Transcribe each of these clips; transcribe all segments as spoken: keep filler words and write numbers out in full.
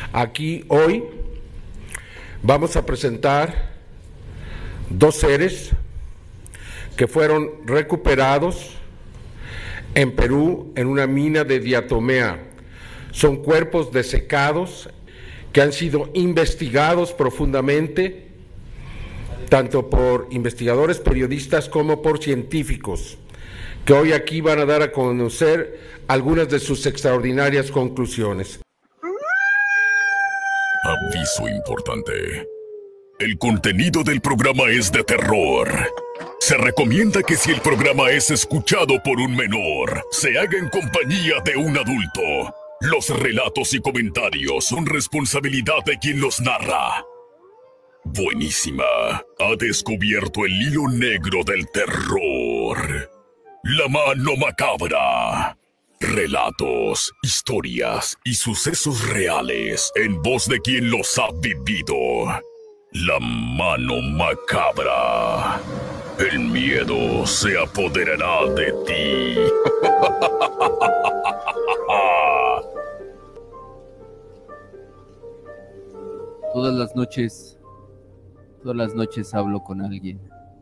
Aquí hoy vamos a presentar dos seres que fueron recuperados en Perú en una mina de diatomea. Son cuerpos desecados que han sido investigados profundamente, tanto por investigadores, periodistas, como por científicos, que hoy aquí van a dar a conocer algunas de sus extraordinarias conclusiones. Aviso importante. El contenido del programa es de terror. Se recomienda que si el programa es escuchado por un menor, se haga en compañía de un adulto. Los relatos y comentarios son responsabilidad de quien los narra. Buenísima. Ha descubierto el hilo negro del terror. La mano macabra. Relatos, historias y sucesos reales en voz de quien los ha vivido. La mano macabra. El miedo se apoderará de ti. Todas las noches, todas las noches hablo con alguien.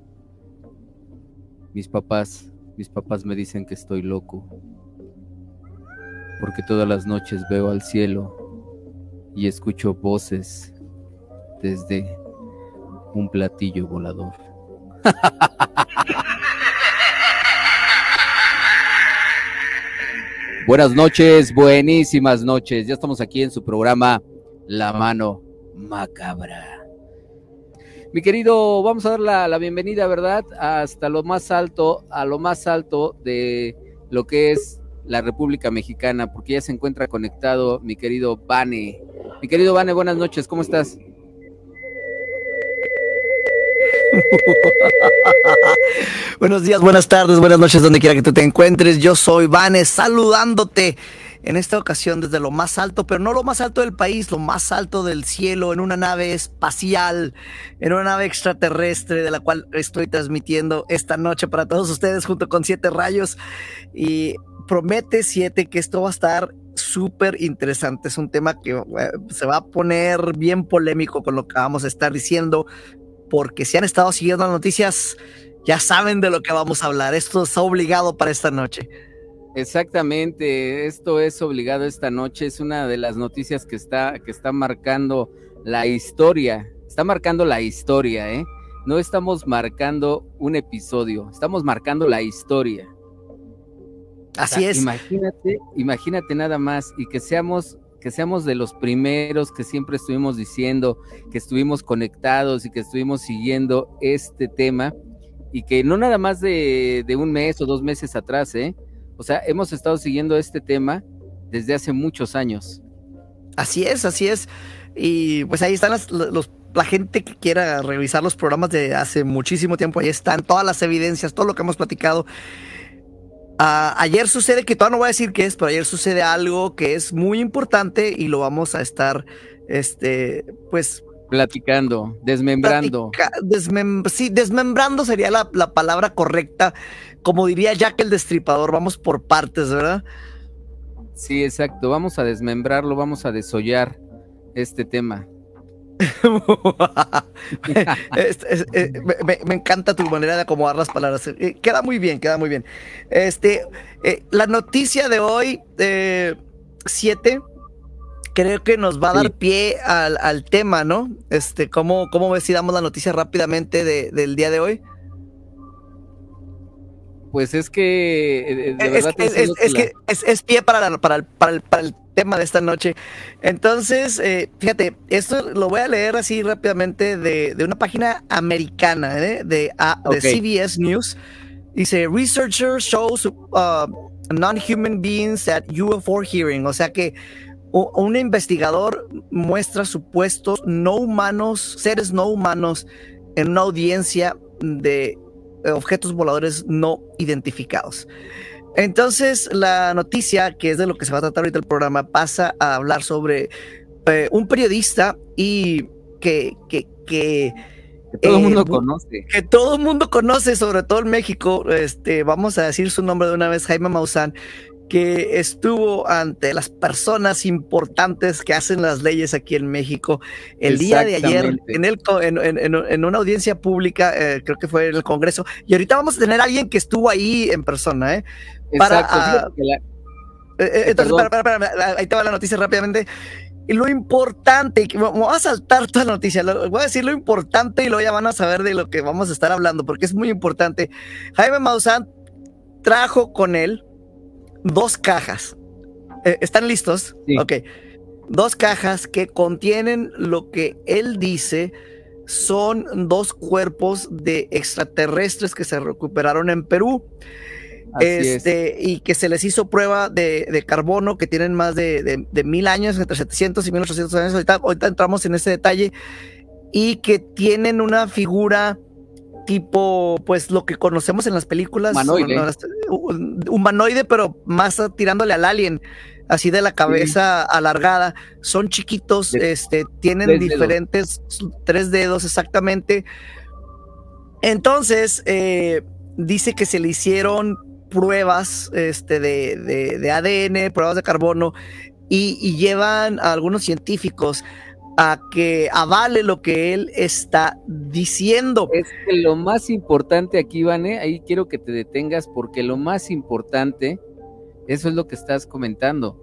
Mis papás, mis papás me dicen que estoy loco, porque todas las noches veo al cielo y escucho voces desde un platillo volador. Buenas noches, buenísimas noches. Ya estamos aquí en su programa La Mano Macabra. Mi querido, vamos a dar la, la bienvenida, ¿verdad? Hasta lo más alto, a lo más alto de lo que es la República Mexicana, porque ya se encuentra conectado mi querido Vane. Mi querido Vane, buenas noches, ¿cómo estás? Buenos días, buenas tardes, buenas noches, donde quiera que tú te encuentres. Yo soy Vane, saludándote en esta ocasión desde lo más alto, pero no lo más alto del país, lo más alto del cielo, en una nave espacial, en una nave extraterrestre de la cual estoy transmitiendo esta noche para todos ustedes junto con Siete Rayos. Y promete Siete que esto va a estar súper interesante. Es un tema que uh, se va a poner bien polémico con lo que vamos a estar diciendo, porque si han estado siguiendo las noticias, ya saben de lo que vamos a hablar. Esto es obligado para esta noche. Exactamente, esto es obligado esta noche. Es una de las noticias que está, que está marcando la historia. Está marcando la historia, ¿eh? No estamos marcando un episodio, estamos marcando la historia. Así o sea, es. Imagínate, imagínate nada más, y que seamos... que seamos de los primeros que siempre estuvimos diciendo, que estuvimos conectados y que estuvimos siguiendo este tema, y que no nada más de, de un mes o dos meses atrás, ¿eh? O sea, hemos estado siguiendo este tema desde hace muchos años. Así es, así es. Y pues ahí están las, los, la gente que quiera revisar los programas de hace muchísimo tiempo, ahí están todas las evidencias, todo lo que hemos platicado. Uh, ayer sucede, que todavía no voy a decir qué es, pero ayer sucede algo que es muy importante y lo vamos a estar, este, pues... platicando, desmembrando. Platica, desmem sí, desmembrando sería la, la palabra correcta. Como diría Jack el Destripador, vamos por partes, ¿verdad? Sí, exacto, vamos a desmembrarlo, vamos a desollar este tema. es, es, es, me, me encanta tu manera de acomodar las palabras. Eh, queda muy bien, queda muy bien. Este, eh, la noticia de hoy, eh, siete, creo que nos va a dar sí. pie al, al tema, ¿no? Este, ¿cómo, cómo ves si damos la noticia rápidamente de, del día de hoy? Pues es que de es, es, es, es, la... que es, es pie para, la, para, el, para, el, para el tema de esta noche. Entonces, eh, fíjate, esto lo voy a leer así rápidamente de, de una página americana, ¿eh? de, uh, de okay. C B S News. Dice, researcher shows uh, non-human beings at U F O hearing. O sea que uh, un investigador muestra supuestos no humanos, seres no humanos en una audiencia de objetos voladores no identificados. Entonces, la noticia, que es de lo que se va a tratar ahorita el programa, pasa a hablar sobre eh, un periodista y que, que, que, que todo el eh, mundo conoce. Que todo el mundo conoce, sobre todo en México. Este, vamos a decir su nombre de una vez, Jaime Maussan, que estuvo ante las personas importantes que hacen las leyes aquí en México el día de ayer en, el, en, en, en una audiencia pública, eh, creo que fue en el Congreso, y ahorita vamos a tener a alguien que estuvo ahí en persona, ¿eh? Para, Exacto. Uh, la... eh, entonces, para, para, para, ahí te va la noticia rápidamente. Y lo importante, me voy a saltar toda la noticia, voy a decir lo importante y luego ya van a saber de lo que vamos a estar hablando, porque es muy importante. Jaime Maussan trajo con él dos cajas. Eh, ¿Están listos? Sí. Ok. Dos cajas que contienen lo que él dice son dos cuerpos de extraterrestres que se recuperaron en Perú. Así este, es. Y que se les hizo prueba de, de carbono, que tienen más de, de, de mil años, entre setecientos y mil ochocientos años. Ahorita, ahorita entramos en ese detalle. Y que tienen una figura tipo, pues lo que conocemos en las películas, humanoide, un, humanoide, pero más tirándole al alien, así de la cabeza sí. alargada. Son chiquitos, de, este, tienen tres diferentes dedos. tres dedos exactamente. Entonces, eh, dice que se le hicieron pruebas este, de, de, de A D N, pruebas de carbono, y, y llevan a algunos científicos a que avale lo que él está diciendo. Es que lo más importante aquí, Vane, ahí quiero que te detengas, porque lo más importante, eso es lo que estás comentando,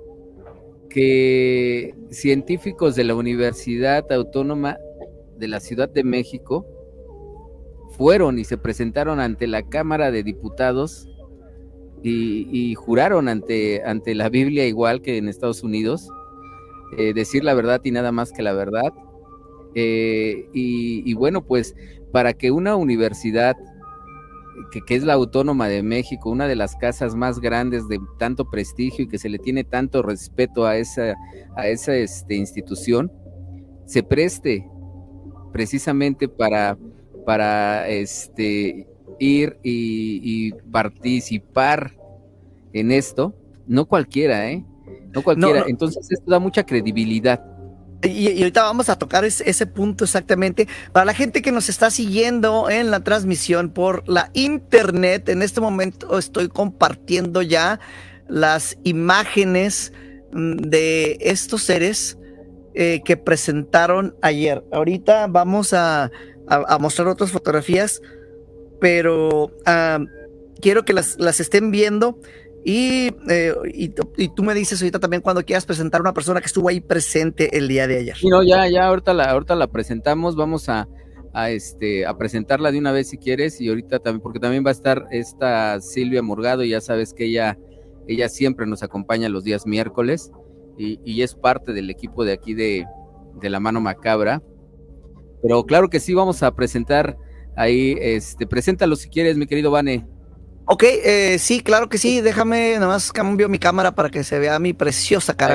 que científicos de la Universidad Autónoma de la Ciudad de México fueron y se presentaron ante la Cámara de Diputados y, y juraron ante, ante la Biblia, igual que en Estados Unidos, Eh, decir la verdad y nada más que la verdad, eh, y, y bueno, pues para que una universidad que, que es la Autónoma de México, una de las casas más grandes de tanto prestigio y que se le tiene tanto respeto a esa, a esa este, institución, se preste precisamente para, para este, ir y, y participar en esto, no cualquiera, ¿eh? No cualquiera, no, no. Entonces esto da mucha credibilidad. Y, y ahorita vamos a tocar ese, ese punto exactamente. Para la gente que nos está siguiendo en la transmisión por la internet, en este momento estoy compartiendo ya las imágenes de estos seres eh, que presentaron ayer. Ahorita vamos a, a, a mostrar otras fotografías, pero uh, quiero que las, las estén viendo. Y, eh, y, y tú me dices ahorita también cuando quieras presentar a una persona que estuvo ahí presente el día de ayer. No, ya, ya, ahorita la, ahorita la presentamos, vamos a, a, este, a presentarla de una vez si quieres, y ahorita también, porque también va a estar esta Silvia Morgado, y ya sabes que ella, ella siempre nos acompaña los días miércoles, y, y es parte del equipo de aquí de, de La Mano Macabra, pero claro que sí, vamos a presentar ahí, este, preséntalo si quieres, mi querido Vane. Ok, eh, sí, claro que sí, déjame, nada más cambio mi cámara para que se vea mi preciosa cara.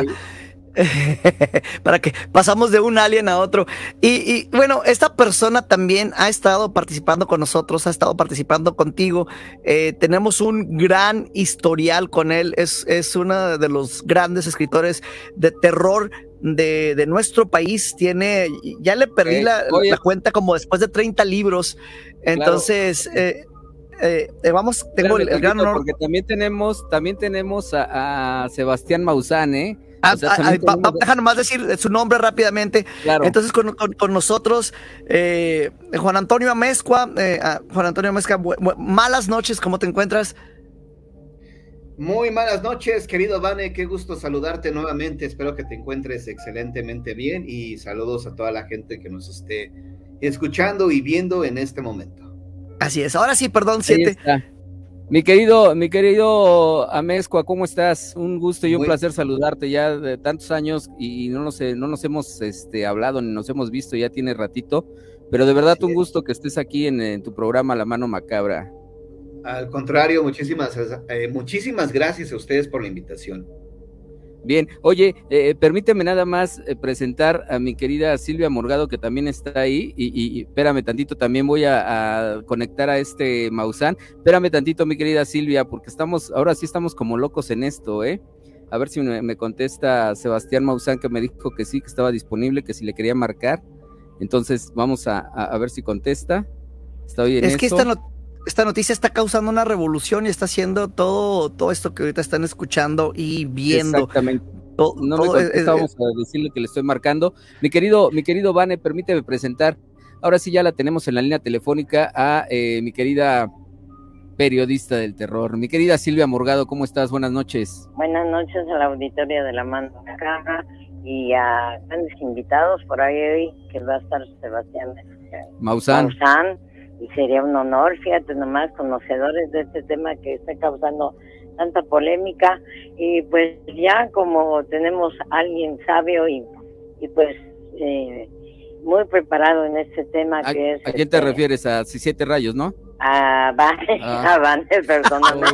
Para que pasamos de un alien a otro. Y, y bueno, esta persona también ha estado participando con nosotros, ha estado participando contigo. Eh, tenemos un gran historial con él, es, es uno de los grandes escritores de terror de, de nuestro país. Tiene, ya le perdí eh, la, la cuenta como después de treinta libros. Entonces... Claro. Eh, Eh, eh, vamos, tengo el, el gran honor. Porque también tenemos, también tenemos a, a Sebastián Maussan, ¿eh? Ah, o sea, ah, tenemos... va, deja nomás decir su nombre rápidamente. Claro. Entonces, con, con, con nosotros, eh, Juan Antonio Amezcua, eh, Juan Antonio Amezcua, malas noches, ¿cómo te encuentras? Muy malas noches, querido Vane, qué gusto saludarte nuevamente, espero que te encuentres excelentemente bien y saludos a toda la gente que nos esté escuchando y viendo en este momento. Así es, ahora sí, perdón, siete. Mi querido, mi querido Amezcua, ¿cómo estás? Un gusto y un Muy... placer saludarte ya de tantos años y no nos, no nos hemos este, hablado ni nos hemos visto, ya tiene ratito, pero de verdad un gusto que estés aquí en, en tu programa La Mano Macabra. Al contrario, muchísimas, eh, muchísimas gracias a ustedes por la invitación. Bien, oye, eh, permíteme nada más eh, presentar a mi querida Silvia Morgado, que también está ahí, y, y, y espérame tantito, también voy a, a conectar a este Maussan. Espérame tantito, mi querida Silvia, porque estamos, ahora sí estamos como locos en esto, ¿eh? A ver si me, me contesta Sebastián Maussan, que me dijo que sí, que estaba disponible, que si le quería marcar. Entonces, vamos a, a, a ver si contesta. Está bien. Es que esta, no, esta noticia está causando una revolución y está haciendo todo, todo esto que ahorita están escuchando y viendo. Exactamente. Todo, no todo me contesta, vamos a decirle que le estoy marcando. Mi querido, mi querido Vane, permíteme presentar. Ahora sí ya la tenemos en la línea telefónica a eh, mi querida periodista del terror, mi querida Silvia Morgado. ¿Cómo estás? Buenas noches. Buenas noches a la auditoría de La Mano Macabra y a grandes invitados por ahí hoy, que va a estar Sebastián Maussan. Maussan, y sería un honor, fíjate nomás, conocedores de este tema que está causando tanta polémica, y pues ya como tenemos a alguien sabio y, y pues eh, muy preparado en este tema ¿A, que es... ¿A quién este, te refieres? A Siete Rayos, ¿no? A Vane, ah. a Vane, perdóname.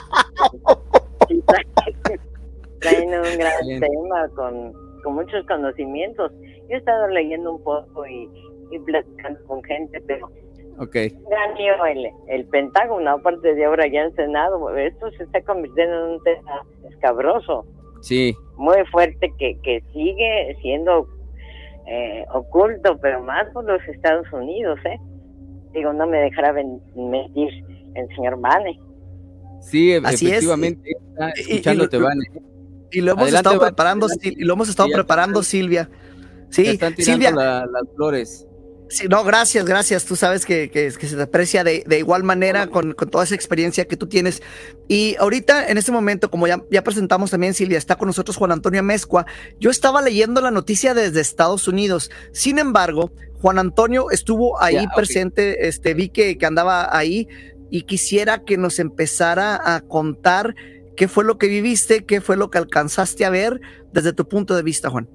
Sí, traen, traen un gran Bien. tema con, con muchos conocimientos. Yo he estado leyendo un poco y, y platicando con gente, pero okay. gran lío el, el Pentágono, aparte de ahora ya en Senado, esto se está convirtiendo en un tema escabroso. Sí. Muy fuerte que, que sigue siendo eh, oculto, pero más por los Estados Unidos, ¿eh? Digo, no me dejará mentir el señor Vane. Sí, Así efectivamente, es. está escuchándote, y, y, lo, Vane. Y lo hemos Adelante, estado Vane, preparando, adelante. y lo hemos estado sí, preparando, están, Silvia. Sí, están tirando Silvia. La, las flores. Sí, no, gracias, gracias. Tú sabes que, que, que se te aprecia de, de igual manera con, con toda esa experiencia que tú tienes. Y ahorita, en este momento, como ya, ya presentamos también, Silvia, está con nosotros Juan Antonio Amezcua. Yo estaba leyendo la noticia desde Estados Unidos. Sin embargo, Juan Antonio estuvo ahí yeah, presente, okay. este, vi que, que andaba ahí y quisiera que nos empezara a contar qué fue lo que viviste, qué fue lo que alcanzaste a ver desde tu punto de vista, Juan.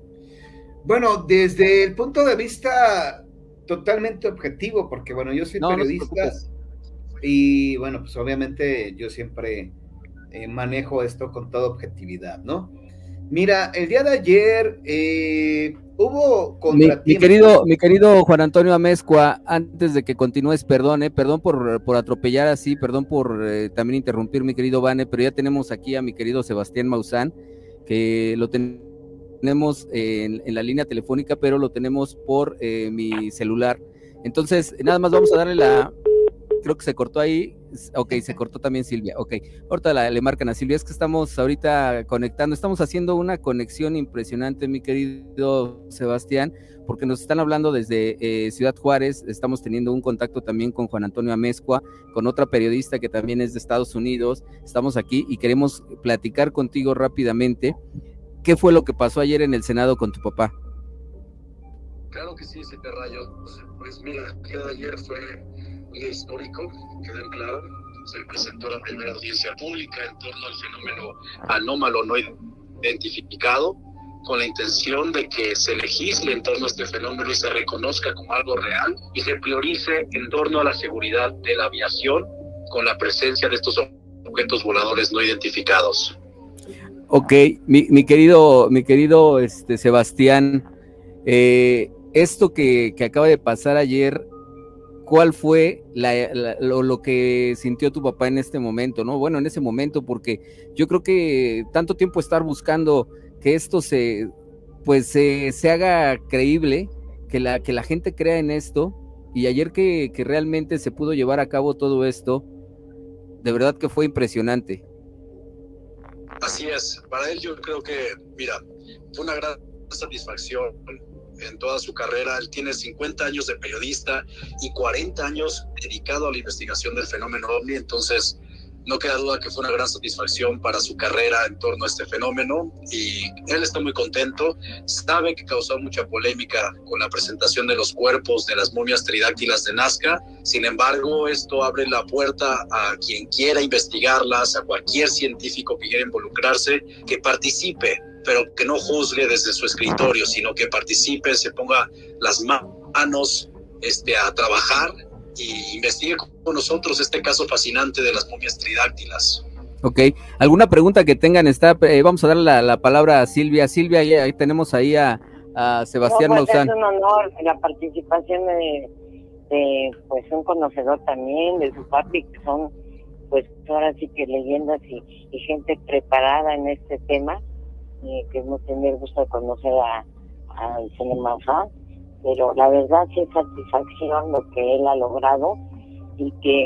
Bueno, desde el punto de vista totalmente objetivo, porque bueno, yo soy no, periodista no y bueno, pues obviamente yo siempre eh, manejo esto con toda objetividad, ¿no? Mira, el día de ayer eh, hubo contratiempos. Mi, mi, querido, mi querido Juan Antonio Amezcua, antes de que continúes, perdón, eh, perdón por, por atropellar así, perdón por eh, también interrumpir, mi querido Vane, pero ya tenemos aquí a mi querido Sebastián Maussan, que lo tenemos tenemos en, en la línea telefónica, pero lo tenemos por eh, mi celular. Entonces, nada más vamos a darle la... Creo que se cortó ahí. Ok, se cortó también Silvia. Ok, ahorita la, le marcan a Silvia. Es que estamos ahorita conectando, estamos haciendo una conexión impresionante, mi querido Sebastián, porque nos están hablando desde eh, Ciudad Juárez. Estamos teniendo un contacto también con Juan Antonio Amezcua, con otra periodista que también es de Estados Unidos. Estamos aquí y queremos platicar contigo rápidamente. ¿Qué fue lo que pasó ayer en el Senado con tu papá? Claro que sí, Siete Rayos. Pues mira, el día de ayer fue un día histórico, quedó claro. Se presentó la primera audiencia pública en torno al fenómeno anómalo no identificado, con la intención de que se legisle en torno a este fenómeno y se reconozca como algo real y se priorice en torno a la seguridad de la aviación con la presencia de estos objetos voladores no identificados. Ok, mi, mi querido, mi querido este, Sebastián, eh, esto que, que acaba de pasar ayer, ¿cuál fue la, la, lo, lo que sintió tu papá en este momento, no? Bueno, en ese momento, porque yo creo que tanto tiempo estar buscando que esto se, pues, se, se haga creíble, que la, que la gente crea en esto, y ayer que, que realmente se pudo llevar a cabo todo esto, de verdad que fue impresionante. Así es, para él yo creo que, mira, fue una gran satisfacción en toda su carrera. Él tiene cincuenta años de periodista y cuarenta años dedicado a la investigación del fenómeno ovni, entonces no queda duda que fue una gran satisfacción para su carrera en torno a este fenómeno y él está muy contento. Sabe que causó mucha polémica con la presentación de los cuerpos de las momias pteridáctilas de Nazca, sin embargo esto abre la puerta a quien quiera investigarlas, a cualquier científico que quiera involucrarse, que participe, pero que no juzgue desde su escritorio, sino que participe, se ponga las manos este, a trabajar y investigue con nosotros este caso fascinante de las momias pteridáctilas. Ok, ¿alguna pregunta que tengan? Está, eh, vamos a darle la, la palabra a Silvia. Silvia, ya, ahí tenemos ahí a, a Sebastián no, pues Maussan. Es un honor la participación de, de pues un conocedor también, de su papi, que son pues ahora sí que leyendas y, y gente preparada en este tema, eh, que hemos tenido el gusto de conocer al señor Maussan. Pero la verdad sí es satisfacción lo que él ha logrado y que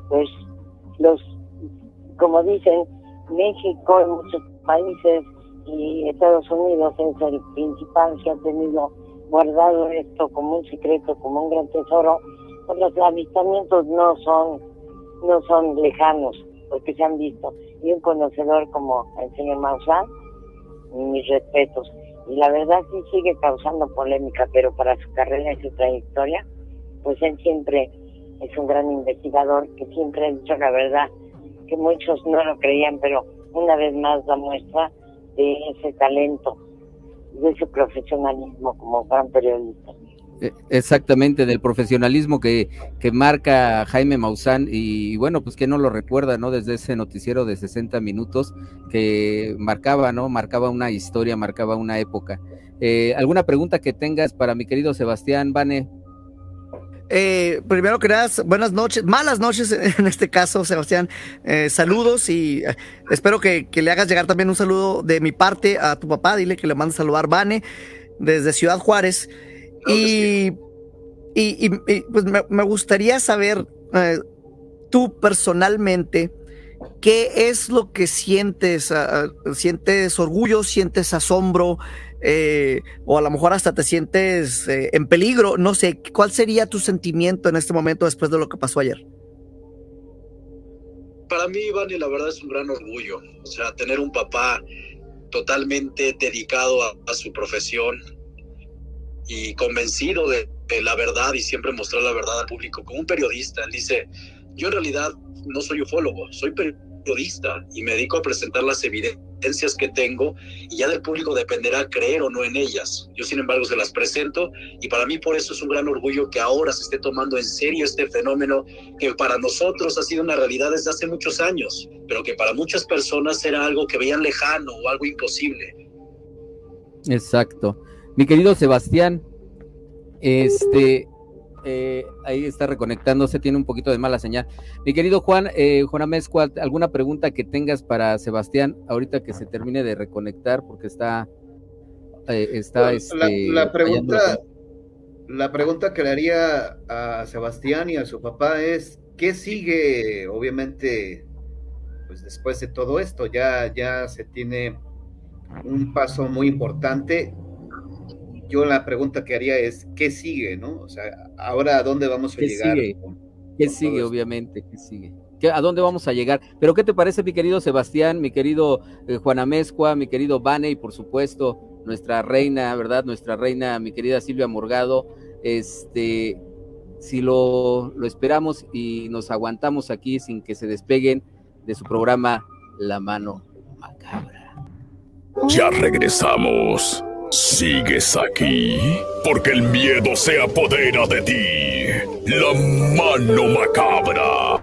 pues los, como dicen, México y muchos países y Estados Unidos es el principal que ha tenido guardado esto como un secreto, como un gran tesoro, pues los avistamientos no son, no son lejanos, porque se han visto. Y un conocedor como el señor Maussan, mis respetos. Y la verdad sí sigue causando polémica, pero para su carrera y su trayectoria, pues él siempre es un gran investigador que siempre ha dicho la verdad, que muchos no lo creían, pero una vez más da muestra de ese talento, de ese profesionalismo como gran periodista. Exactamente, del profesionalismo que, que marca Jaime Maussan, y, y bueno, pues que no lo recuerda, ¿no? Desde ese noticiero de sesenta minutos que marcaba, ¿no? Marcaba una historia, marcaba una época. Eh, ¿Alguna pregunta que tengas para mi querido Sebastián Vane? Eh, primero que nada, buenas noches, malas noches en este caso, Sebastián. Eh, saludos y eh, espero que, que le hagas llegar también un saludo de mi parte a tu papá. Dile que le manda saludar Vane desde Ciudad Juárez. Y, y, y, y pues me, me gustaría saber, eh, tú personalmente, ¿qué es lo que sientes? Uh, ¿Sientes orgullo? ¿Sientes asombro? Eh, o a lo mejor hasta te sientes eh, en peligro. No sé, ¿cuál sería tu sentimiento en este momento después de lo que pasó ayer? Para mí, Vani, la verdad es un gran orgullo. O sea, tener un papá totalmente dedicado a, a su profesión y convencido de, de la verdad y siempre mostrar la verdad al público. Como un periodista, él dice, yo en realidad no soy ufólogo, soy periodista y me dedico a presentar las evidencias que tengo y ya del público dependerá creer o no en ellas. Yo, sin embargo, se las presento y para mí por eso es un gran orgullo que ahora se esté tomando en serio este fenómeno que para nosotros ha sido una realidad desde hace muchos años, pero que para muchas personas era algo que veían lejano o algo imposible. Exacto. Mi querido Sebastián, este, eh, ahí está reconectándose, tiene un poquito de mala señal. Mi querido Juan, eh, Juan Amezcua, ¿alguna pregunta que tengas para Sebastián ahorita que se termine de reconectar? Porque está, eh, está, la, este, la, la pregunta, la pregunta que le haría a Sebastián y a su papá es, ¿qué sigue? Obviamente, pues después de todo esto, ya, ya se tiene un paso muy importante. Yo la pregunta que haría es, ¿qué sigue, no? O sea, ahora, ¿a dónde vamos a ¿Qué llegar? Sigue? Con, ¿Qué con sigue, obviamente? ¿Qué sigue? ¿Qué, ¿A dónde vamos a llegar? Pero ¿qué te parece, mi querido Sebastián, mi querido eh, Juan Amezcua, mi querido Vane y, por supuesto, nuestra reina, ¿verdad? Nuestra reina, mi querida Silvia Morgado, este, si lo, lo esperamos y nos aguantamos aquí sin que se despeguen de su programa La Mano Macabra. Ya regresamos. ¿Sigues aquí? Porque el miedo se apodera de ti. La Mano Macabra.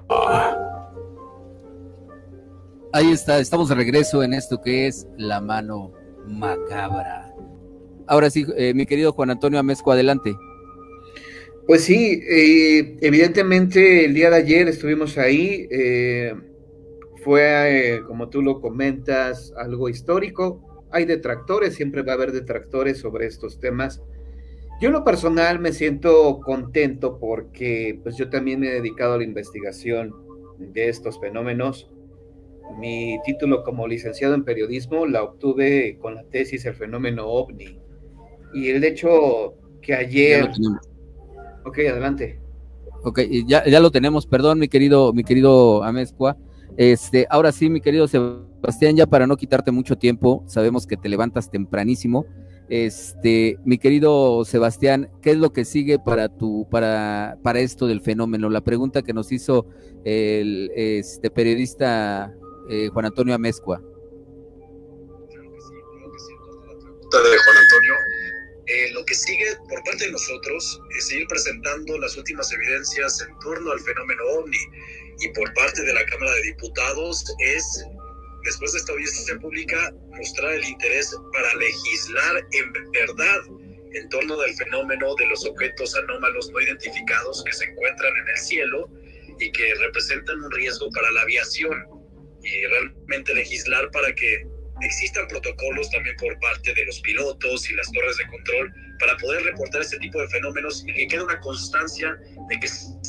Ahí está, estamos de regreso en esto que es La Mano Macabra. Ahora sí, eh, mi querido Juan Antonio Amezcua, adelante. Pues sí, eh, evidentemente el día de ayer estuvimos ahí. Eh, fue, eh, como tú lo comentas, algo histórico. Hay detractores, siempre va a haber detractores sobre estos temas. Yo en lo personal me siento contento porque pues yo también me he dedicado a la investigación de estos fenómenos. Mi título como licenciado en periodismo la obtuve con la tesis El fenómeno ovni. Y el hecho que ayer... Ok, adelante. Ok, ya, ya lo tenemos, perdón, mi querido, mi querido Amezcua. Este, ahora sí, mi querido Sebastián, ya para no quitarte mucho tiempo, sabemos que te levantas tempranísimo. Este, mi querido Sebastián, ¿qué es lo que sigue para tu, para, para esto del fenómeno? La pregunta que nos hizo el este periodista eh, Juan Antonio Amezcua. Claro que sí, claro que sí, la pregunta de Juan Antonio. Eh, lo que sigue por parte de nosotros es seguir presentando las últimas evidencias en torno al fenómeno ovni. Y por parte de la Cámara de Diputados es, después de esta audiencia pública, mostrar el interés para legislar en verdad en torno del fenómeno de los objetos anómalos no identificados que se encuentran en el cielo y que representan un riesgo para la aviación, y realmente legislar para que existan protocolos también por parte de los pilotos y las torres de control para poder reportar este tipo de fenómenos y que quede una constancia de que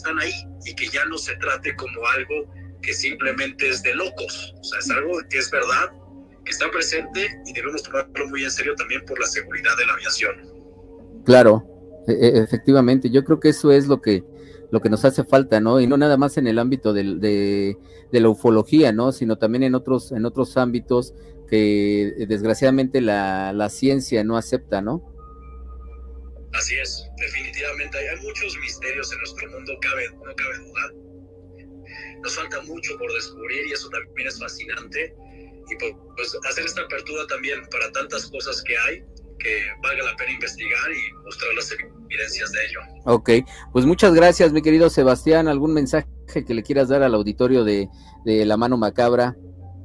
están ahí y que ya no se trate como algo que simplemente es de locos. O sea, es algo que es verdad, que está presente y debemos tomarlo muy en serio también por la seguridad de la aviación. Claro, e- efectivamente, yo creo que eso es lo que lo que nos hace falta, ¿no? Y no nada más en el ámbito del, de, de la ufología, ¿no? Sino también en otros en otros ámbitos que desgraciadamente la, la ciencia no acepta, ¿no? Así es, definitivamente hay, hay muchos misterios en nuestro mundo, cabe, no cabe duda. Nos falta mucho por descubrir y eso también es fascinante. Y pues, pues hacer esta apertura también para tantas cosas que hay, que valga la pena investigar y mostrar las evidencias de ello. Ok, pues muchas gracias, mi querido Sebastián. ¿Algún mensaje que le quieras dar al auditorio de, de La Mano Macabra?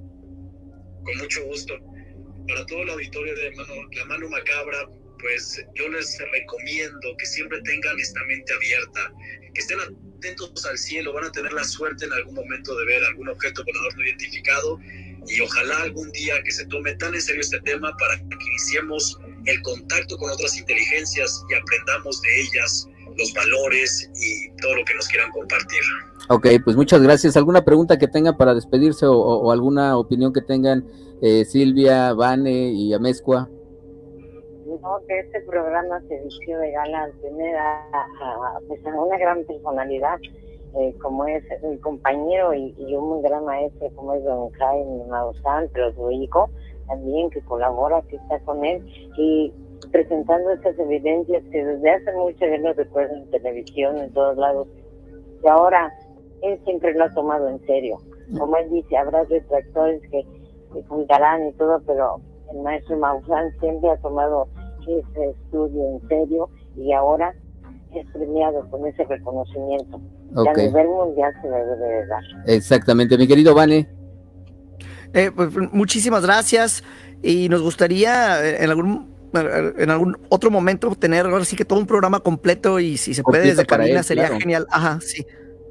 Con mucho gusto. Para todo el auditorio de Mano, La Mano Macabra, pues yo les recomiendo que siempre tengan esta mente abierta, que estén atentos al cielo, van a tener la suerte en algún momento de ver algún objeto volador no identificado, y ojalá algún día que se tome tan en serio este tema para que iniciemos el contacto con otras inteligencias y aprendamos de ellas los valores y todo lo que nos quieran compartir. Ok, pues muchas gracias. ¿Alguna pregunta que tengan para despedirse o, o, o alguna opinión que tengan eh, Silvia, Vane y Amezcua? No, que este programa se vistió de gala al tener a, a, pues a una gran personalidad, eh, como es mi compañero y, y un muy gran maestro como es don Jaime Maussan, pero su hijo también que colabora, que está con él y presentando estas evidencias que desde hace mucho yo lo recuerdo en televisión, en todos lados, y ahora él siempre lo ha tomado en serio. Como él dice, habrá detractores que, que juzgarán y todo, pero el maestro Maussan siempre ha tomado ese estudio en serio y ahora es premiado con ese reconocimiento. Okay. Que a nivel mundial se le debe de dar. Exactamente, mi querido Vane. Eh, pues, muchísimas gracias y nos gustaría en algún en algún otro momento tener ahora sí que todo un programa completo y si se puede desde cabina sería claro. Genial. Ajá, sí.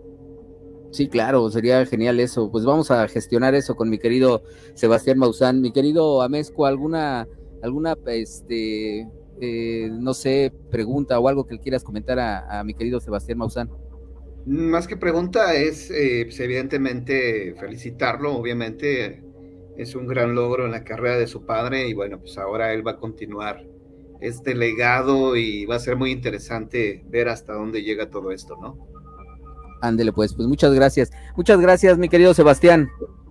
Sí, claro, sería genial eso. Pues vamos a gestionar eso con mi querido Sebastián Maussan. Mi querido Amezcua, ¿alguna, alguna este, eh, no sé, pregunta o algo que le quieras comentar a, a mi querido Sebastián Maussan? Más que pregunta es, eh, pues evidentemente, felicitarlo, obviamente, es un gran logro en la carrera de su padre y bueno, pues ahora él va a continuar este legado y va a ser muy interesante ver hasta dónde llega todo esto, ¿no? Ándele pues, pues muchas gracias. Muchas gracias, mi querido Sebastián.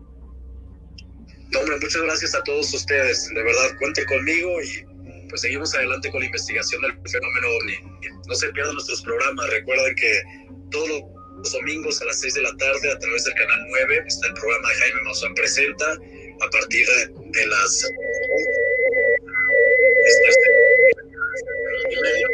No, hombre, muchas gracias a todos ustedes. De verdad, cuenten conmigo y pues seguimos adelante con la investigación del fenómeno OVNI. No se pierdan nuestros programas. Recuerden que todos los domingos a las seis de la tarde a través del canal nueve está el programa de Jaime Maussan Presenta a partir de, de las y medio.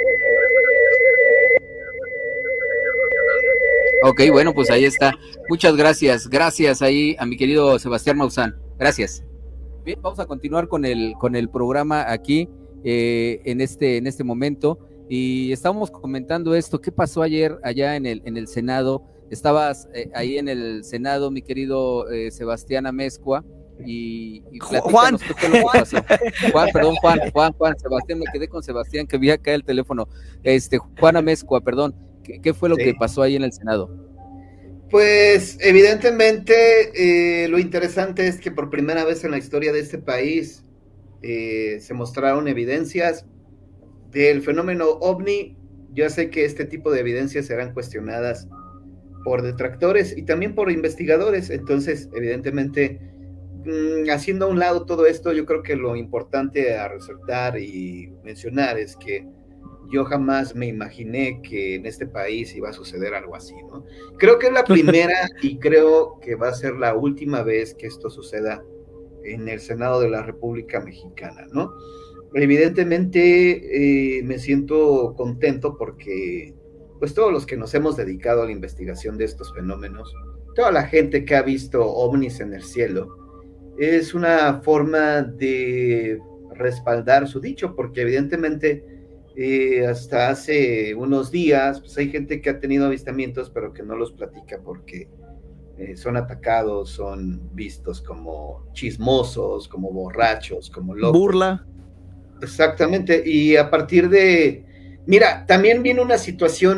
Ok, bueno, pues ahí está. Muchas gracias. Gracias ahí a mi querido Sebastián Maussan. Gracias. Bien, vamos a continuar con el con el programa aquí eh, en este en este momento y estábamos comentando esto. ¿Qué pasó ayer allá en el en el Senado? Estabas eh, ahí en el Senado, mi querido eh, Sebastián Amezcua y, y Juan. ¿Qué fue lo que pasó? Juan, perdón, Juan, Juan, Juan, Sebastián, me quedé con Sebastián que vi acá el teléfono. Este Juan Amezcua, perdón. ¿Qué, ¿Qué fue lo sí. que pasó ahí en el Senado? Pues evidentemente eh, lo interesante es que por primera vez en la historia de este país eh, se mostraron evidencias del fenómeno OVNI. Yo sé que este tipo de evidencias serán cuestionadas por detractores y también por investigadores, entonces evidentemente mmm, haciendo a un lado todo esto, yo creo que lo importante a resaltar y mencionar es que yo jamás me imaginé que en este país iba a suceder algo así, ¿no? Creo que es la primera y creo que va a ser la última vez que esto suceda en el Senado de la República Mexicana, ¿no? Evidentemente eh, me siento contento porque pues todos los que nos hemos dedicado a la investigación de estos fenómenos, toda la gente que ha visto ovnis en el cielo, es una forma de respaldar su dicho, porque evidentemente Eh, hasta hace unos días, pues hay gente que ha tenido avistamientos, pero que no los platica porque eh, son atacados, son vistos como chismosos, como borrachos, como locos. Burla. Exactamente, y a partir de... Mira, también viene una situación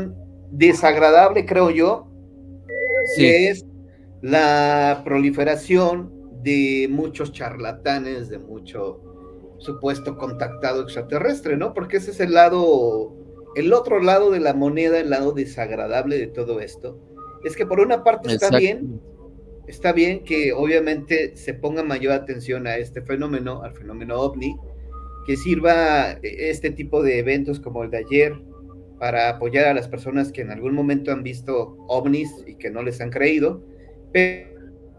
desagradable, creo yo, Sí. que es la proliferación de muchos charlatanes, de mucho supuesto contactado extraterrestre, ¿no? Porque ese es el lado, el otro lado de la moneda, el lado desagradable de todo esto. Es que por una parte está Exacto. bien, está bien que obviamente se ponga mayor atención a este fenómeno, al fenómeno ovni, que sirva este tipo de eventos como el de ayer para apoyar a las personas que en algún momento han visto ovnis y que no les han creído, pero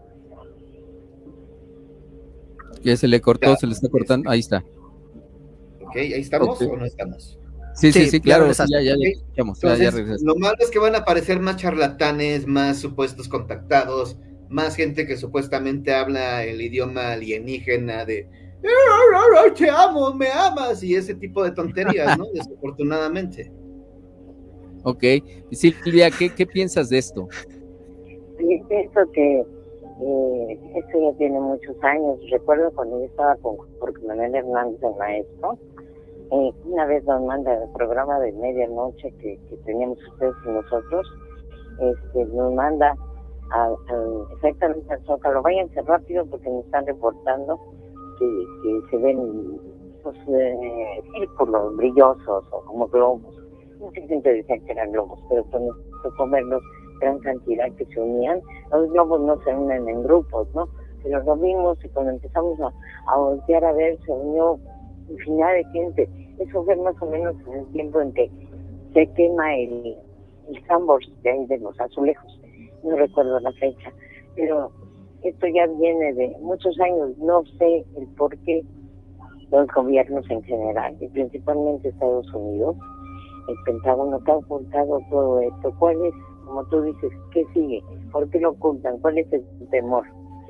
Ya se le cortó, se le está cortando. Ahí está. ¿ok? ¿Ahí estamos Ok. o no estamos? Sí, sí, Sí, sí, ya claro. Sí, regresaste. ya, ya, Ok. ya escuchamos. Ya, ya Entonces, regresaste. lo malo es que van a aparecer más charlatanes, más supuestos contactados, más gente que supuestamente habla el idioma alienígena de te amo, me amas, y ese tipo de tonterías, ¿no? Desafortunadamente. Ok. Silvia, ¿qué, qué piensas de esto? Yo pienso que eh, esto ya tiene muchos años. Recuerdo cuando yo estaba con Jorge Manuel Hernández, el maestro, eh, una vez nos manda el programa de medianoche que, que teníamos ustedes y nosotros, este, nos manda a, a, exactamente al Zócalo. Váyanse rápido porque me están reportando que, que se ven pues, eh, círculos brillosos o como globos. No sé, siempre decían que eran globos, pero cuando tocó verlos, gran cantidad que se unían. Los globos no se unen en grupos, ¿no? Pero lo vimos y cuando empezamos a, a voltear a ver, se unió infinidad de gente. Eso fue más o menos en el tiempo en que se quema el, el Sambors de ahí de los azulejos. No recuerdo la fecha, pero esto ya viene de muchos años. No sé el por qué los gobiernos en general, y principalmente Estados Unidos, el Pentágono, que ha ocultado todo esto. ¿Cuál es, como tú dices, qué sigue? ¿Por qué lo ocultan? ¿Cuál es el temor?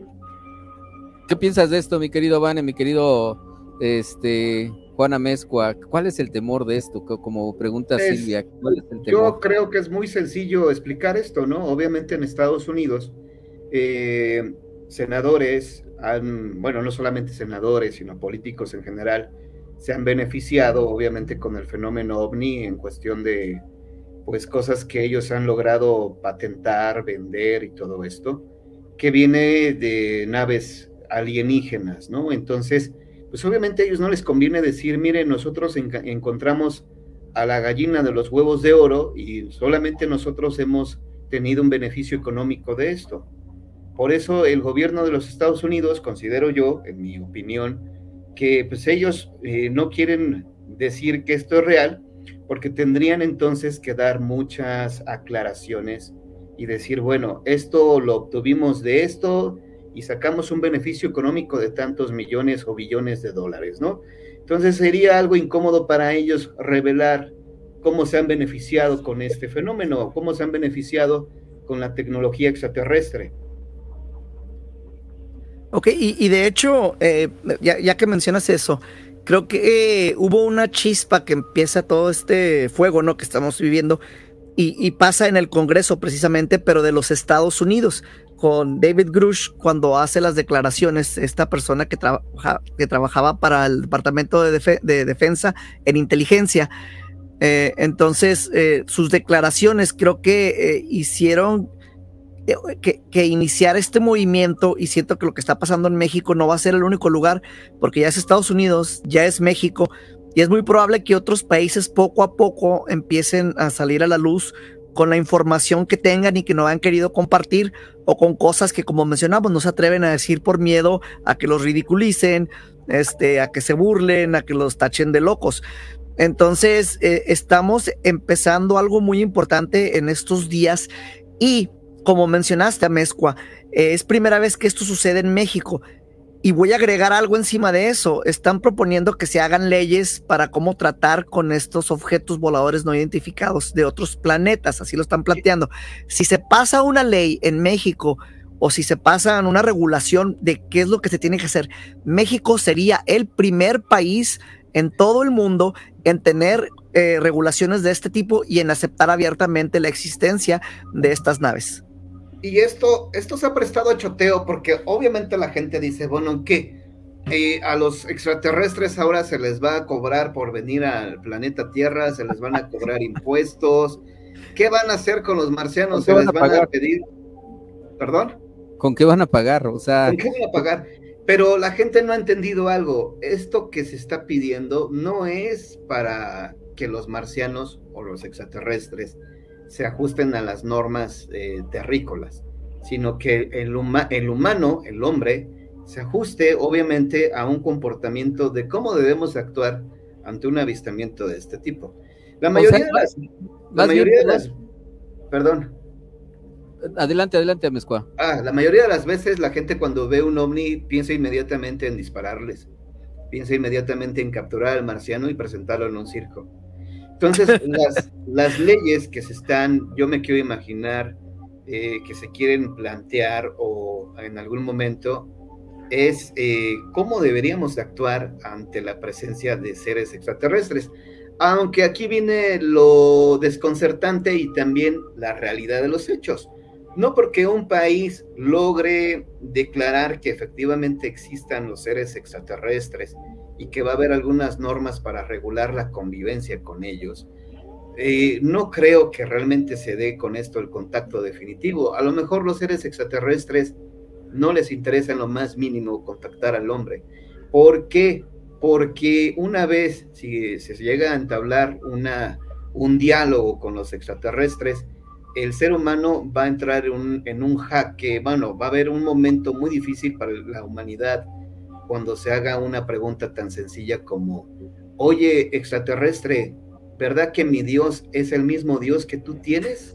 ¿Qué piensas de esto, mi querido Vane, mi querido este Juan Amezcua? ¿Cuál es el temor de esto? Como pregunta Es, Silvia, ¿cuál es el temor? Yo creo que es muy sencillo explicar esto, ¿no? Obviamente en Estados Unidos, eh, senadores, han, bueno, no solamente senadores, sino políticos en general, se han beneficiado, obviamente, con el fenómeno ovni en cuestión de, pues, cosas que ellos han logrado patentar, vender y todo esto, que viene de naves alienígenas, ¿no? Entonces, pues obviamente a ellos no les conviene decir, miren, nosotros en, encontramos a la gallina de los huevos de oro y solamente nosotros hemos tenido un beneficio económico de esto. Por eso el gobierno de los Estados Unidos, considero yo, en mi opinión, que pues ellos eh, no quieren decir que esto es real, porque tendrían entonces que dar muchas aclaraciones y decir, bueno, esto lo obtuvimos de esto y sacamos un beneficio económico de tantos millones o billones de dólares, ¿no? Entonces sería algo incómodo para ellos revelar cómo se han beneficiado con este fenómeno, cómo se han beneficiado con la tecnología extraterrestre. Ok, y, y de hecho, eh, ya, ya que mencionas eso, creo que eh, hubo una chispa que empieza todo este fuego, ¿no?, que estamos viviendo, y, y pasa en el Congreso precisamente, pero de los Estados Unidos, con David Grush, cuando hace las declaraciones, esta persona que, trabaja, que trabajaba para el Departamento de, Def de Defensa en inteligencia. Eh, entonces, eh, sus declaraciones creo que eh, hicieron Que, que iniciar este movimiento, y siento que lo que está pasando en México no va a ser el único lugar, porque ya es Estados Unidos, ya es México, y es muy probable que otros países poco a poco empiecen a salir a la luz con la información que tengan y que no han querido compartir, o con cosas que, como mencionamos, no se atreven a decir por miedo a que los ridiculicen, este, a que se burlen, a que los tachen de locos. Entonces, eh, estamos empezando algo muy importante en estos días, y como mencionaste, Amezcua, eh, es primera vez que esto sucede en México. Y voy a agregar algo encima de eso. Están proponiendo que se hagan leyes para cómo tratar con estos objetos voladores no identificados de otros planetas. Así lo están planteando. Si se pasa una ley en México, o si se pasa una regulación de qué es lo que se tiene que hacer, México sería el primer país en todo el mundo en tener eh, regulaciones de este tipo y en aceptar abiertamente la existencia de estas naves. Y esto, esto se ha prestado a choteo porque obviamente la gente dice, bueno, ¿qué? Eh, a los extraterrestres ahora se les va a cobrar por venir al planeta Tierra, se les van a cobrar impuestos, ¿Qué van a hacer con los marcianos? ¿Se van les a van a pagar? pedir? ¿Perdón? ¿Con qué van a pagar? O sea, ¿Con qué van a pagar? Pero la gente no ha entendido algo. Esto que se está pidiendo no es para que los marcianos o los extraterrestres se ajusten a las normas eh, terrícolas, sino que el, huma- el humano, el hombre, se ajuste obviamente a un comportamiento de cómo debemos actuar ante un avistamiento de este tipo. La O mayoría sea, de las... La más mayoría bien, de las... Perdón. adelante, adelante, Amezcua. Ah, la mayoría de las veces la gente cuando ve un ovni piensa inmediatamente en dispararles, piensa inmediatamente en capturar al marciano y presentarlo en un circo. Entonces, las, las leyes que se están, yo me quiero imaginar, eh, que se quieren plantear o en algún momento, es eh, cómo deberíamos de actuar ante la presencia de seres extraterrestres. Aunque aquí viene lo desconcertante y también la realidad de los hechos. No porque un país logre declarar que efectivamente existan los seres extraterrestres y que va a haber algunas normas para regular la convivencia con ellos, eh, no creo que realmente se dé con esto el contacto definitivo. A lo mejor los seres extraterrestres no les interesa en lo más mínimo contactar al hombre. ¿Por qué? Porque una vez si se llega a entablar una, un diálogo con los extraterrestres, el ser humano va a entrar en un, en un jaque, bueno, va a haber un momento muy difícil para la humanidad cuando se haga una pregunta tan sencilla como, oye, extraterrestre, ¿verdad que mi Dios es el mismo Dios que tú tienes?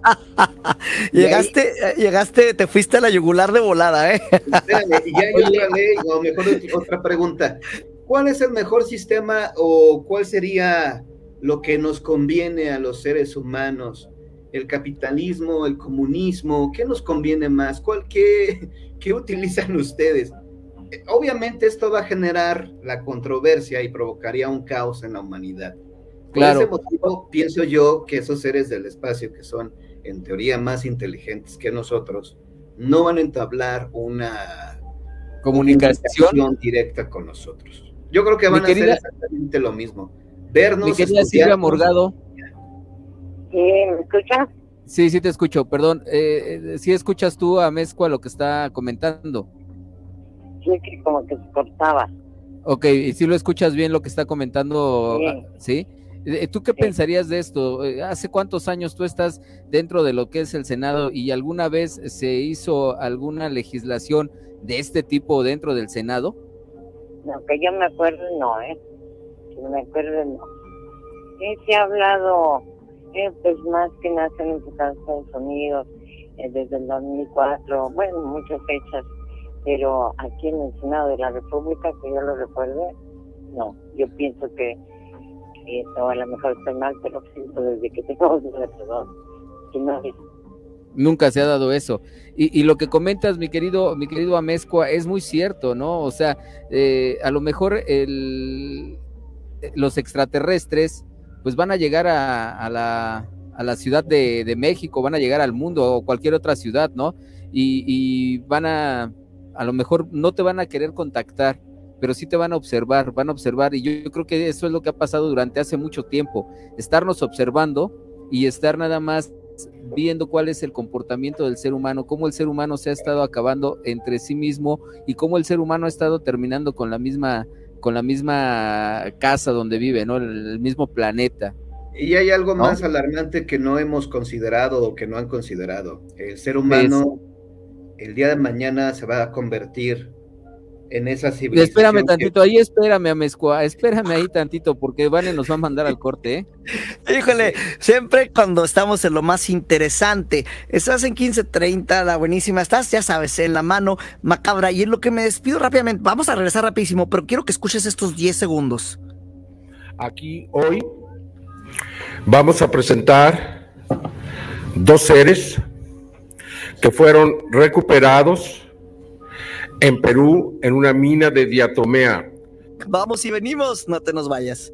llegaste, ahí, llegaste, te fuiste a la yugular de volada, ¿eh? Espérame, y ya hay otra ley, o mejor otra pregunta. ¿Cuál es el mejor sistema o cuál sería lo que nos conviene a los seres humanos? ¿El capitalismo, el comunismo? ¿Qué nos conviene más? ¿Cuál, qué, qué utilizan ustedes? Obviamente esto va a generar la controversia y provocaría un caos en la humanidad. Por claro. ese motivo, pienso yo que esos seres del espacio, que son en teoría más inteligentes que nosotros, no van a entablar una comunicación, comunicación directa con nosotros. Yo creo que van mi querida, a hacer exactamente lo mismo. Vernos, mi querida Silvia Morgado. ¿Sí, me escuchas? Sí, sí te escucho, perdón. Eh, eh, ¿sí escuchas tú a Mezcua lo que está comentando? Sí, que como que se cortaba. Ok, ¿y si lo escuchas bien lo que está comentando? Sí. ¿Sí? ¿Tú qué sí. pensarías de esto? ¿Hace cuántos años tú estás dentro de lo que es el Senado y alguna vez se hizo alguna legislación de este tipo dentro del Senado? No, que yo me acuerdo, no, ¿eh? Que me acuerdo, no. Sí, se ha hablado, eh, pues más que nada en los Estados Unidos, eh, desde el dos mil cuatro, bueno, muchas fechas, pero aquí en el Senado de la República, que yo lo recuerde, no. Yo pienso que, que o a lo mejor estoy mal, pero pienso desde que tengo perdón, que no es. Nunca se ha dado eso. Y, y lo que comentas, mi querido, mi querido Amezcua, es muy cierto, ¿no? O sea, eh, a lo mejor el, los extraterrestres, pues van a llegar a, a, la, a la Ciudad de, de México, van a llegar al mundo o cualquier otra ciudad, ¿no? Y, y van a, a lo mejor no te van a querer contactar, pero sí te van a observar, van a observar. Y yo, yo creo que eso es lo que ha pasado durante hace mucho tiempo, estarnos observando y estar nada más viendo cuál es el comportamiento del ser humano, cómo el ser humano se ha estado acabando entre sí mismo y cómo el ser humano ha estado terminando con la misma, con la misma casa donde vive, ¿no? El, el mismo planeta. Y hay algo ¿no? más alarmante que no hemos considerado o que no han considerado. El ser humano es... el día de mañana se va a convertir en esa civilización. Espérame tantito, que... ahí espérame, Amezcua, espérame ahí tantito, porque Vane nos va a mandar al corte, ¿eh? Híjole, siempre cuando estamos en lo más interesante, estás en quince treinta, la buenísima, estás, ya sabes, en la mano macabra, y es lo que me despido rápidamente, vamos a regresar rapidísimo, pero quiero que escuches estos diez segundos. Aquí hoy vamos a presentar dos seres que fueron recuperados en Perú, en una mina de diatomea. Vamos y venimos, no te nos vayas.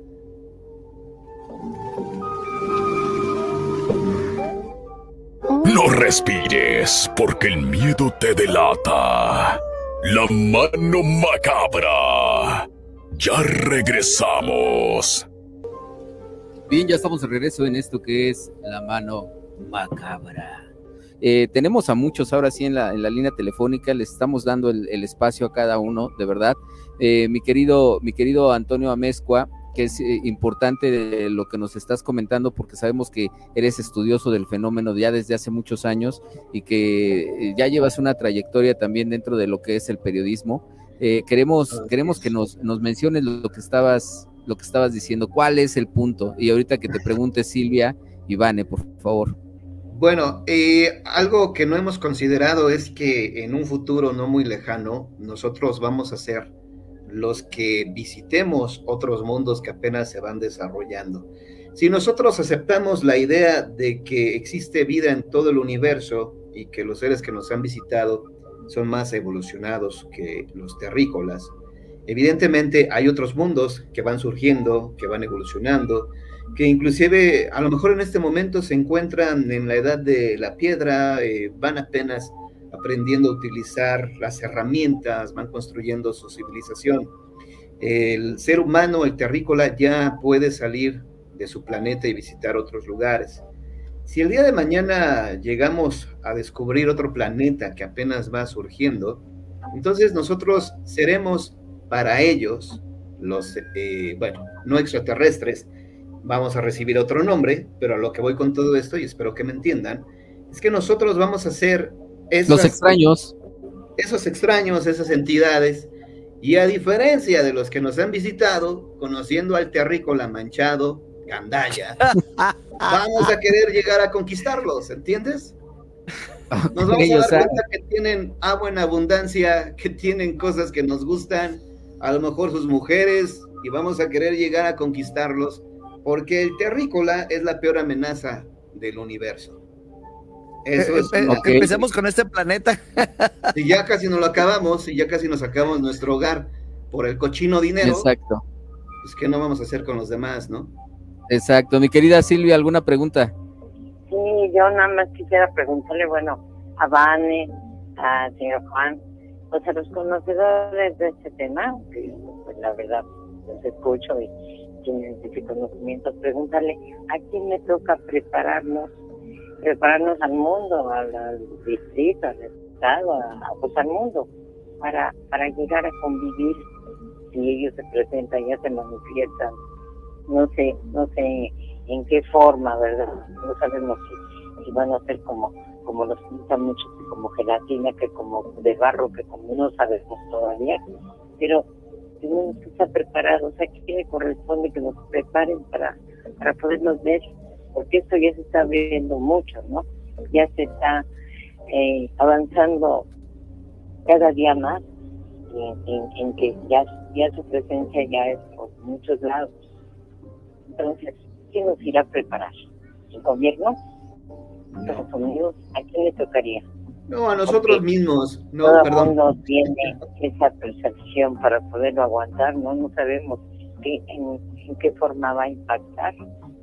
No respires, porque el miedo te delata. La mano macabra. Ya regresamos. Bien, ya estamos de regreso en esto que es La Mano macabra. Eh, tenemos a muchos ahora sí en la, en la línea telefónica, les estamos dando el, el espacio a cada uno, de verdad. Eh, mi querido, mi querido Antonio Amezcua, que es eh, importante de lo que nos estás comentando, porque sabemos que eres estudioso del fenómeno ya desde hace muchos años y que eh, ya llevas una trayectoria también dentro de lo que es el periodismo. Eh, queremos, queremos que nos, nos menciones lo que estabas, lo que estabas diciendo, cuál es el punto, y ahorita que te pregunte Silvia y Vane, por favor. Bueno, eh, algo que no hemos considerado es que en un futuro no muy lejano, nosotros vamos a ser los que visitemos otros mundos que apenas se van desarrollando. Si nosotros aceptamos la idea de que existe vida en todo el universo y que los seres que nos han visitado son más evolucionados que los terrícolas, evidentemente hay otros mundos que van surgiendo, que van evolucionando, que inclusive a lo mejor en este momento se encuentran en la edad de la piedra, eh, van apenas aprendiendo a utilizar las herramientas, van construyendo su civilización. El ser humano, el terrícola, ya puede salir de su planeta y visitar otros lugares. Si el día de mañana llegamos a descubrir otro planeta que apenas va surgiendo, entonces nosotros seremos para ellos, los, eh, bueno, no extraterrestres, vamos a recibir otro nombre, pero a lo que voy con todo esto, y espero que me entiendan, es que nosotros vamos a ser esas, los extraños. Esos extraños, esas entidades, y a diferencia de los que nos han visitado, conociendo al terrícola manchado, gandalla, vamos a querer llegar a conquistarlos, ¿entiendes? Nos vamos a dar cuenta que tienen agua en abundancia, que tienen cosas que nos gustan, a lo mejor sus mujeres, y vamos a querer llegar a conquistarlos, porque el terrícola es la peor amenaza del universo. Eso es eh, okay. Empecemos con este planeta. Si ya casi nos lo acabamos, si ya casi nos acabamos nuestro hogar por el cochino dinero, exacto, pues ¿qué no vamos a hacer con los demás, no? Exacto. Mi querida Silvia, ¿alguna pregunta? Sí, yo nada más quisiera preguntarle, bueno, a Vane, a señor Juan, pues a los conocedores de este tema, que pues la verdad los escucho y tienen ese conocimiento, preguntarle a quién le toca prepararnos prepararnos al mundo, al, al distrito, al estado, a, a, pues al mundo, para, para llegar a convivir. Si ellos se presentan, ya se manifiestan, no sé, no sé en qué forma, ¿verdad? No sabemos si, si van a ser como, como los pintan muchos, como gelatina, que como de barro, que como no sabemos todavía, pero tenemos que estar preparados. ¿A quién le corresponde que nos preparen para, para podernos ver? Porque esto ya se está viendo mucho, ¿no? Ya se está eh, avanzando cada día más en, en, en que ya, ya su presencia ya es por muchos lados. Entonces, ¿quién nos irá a preparar? ¿El gobierno? ¿Estados Unidos? ¿A quién le tocaría? No, a nosotros Porque mismos. No, todo perdón. el mundo tiene esa percepción para poderlo aguantar, ¿no? No sabemos qué, en, en qué forma va a impactar.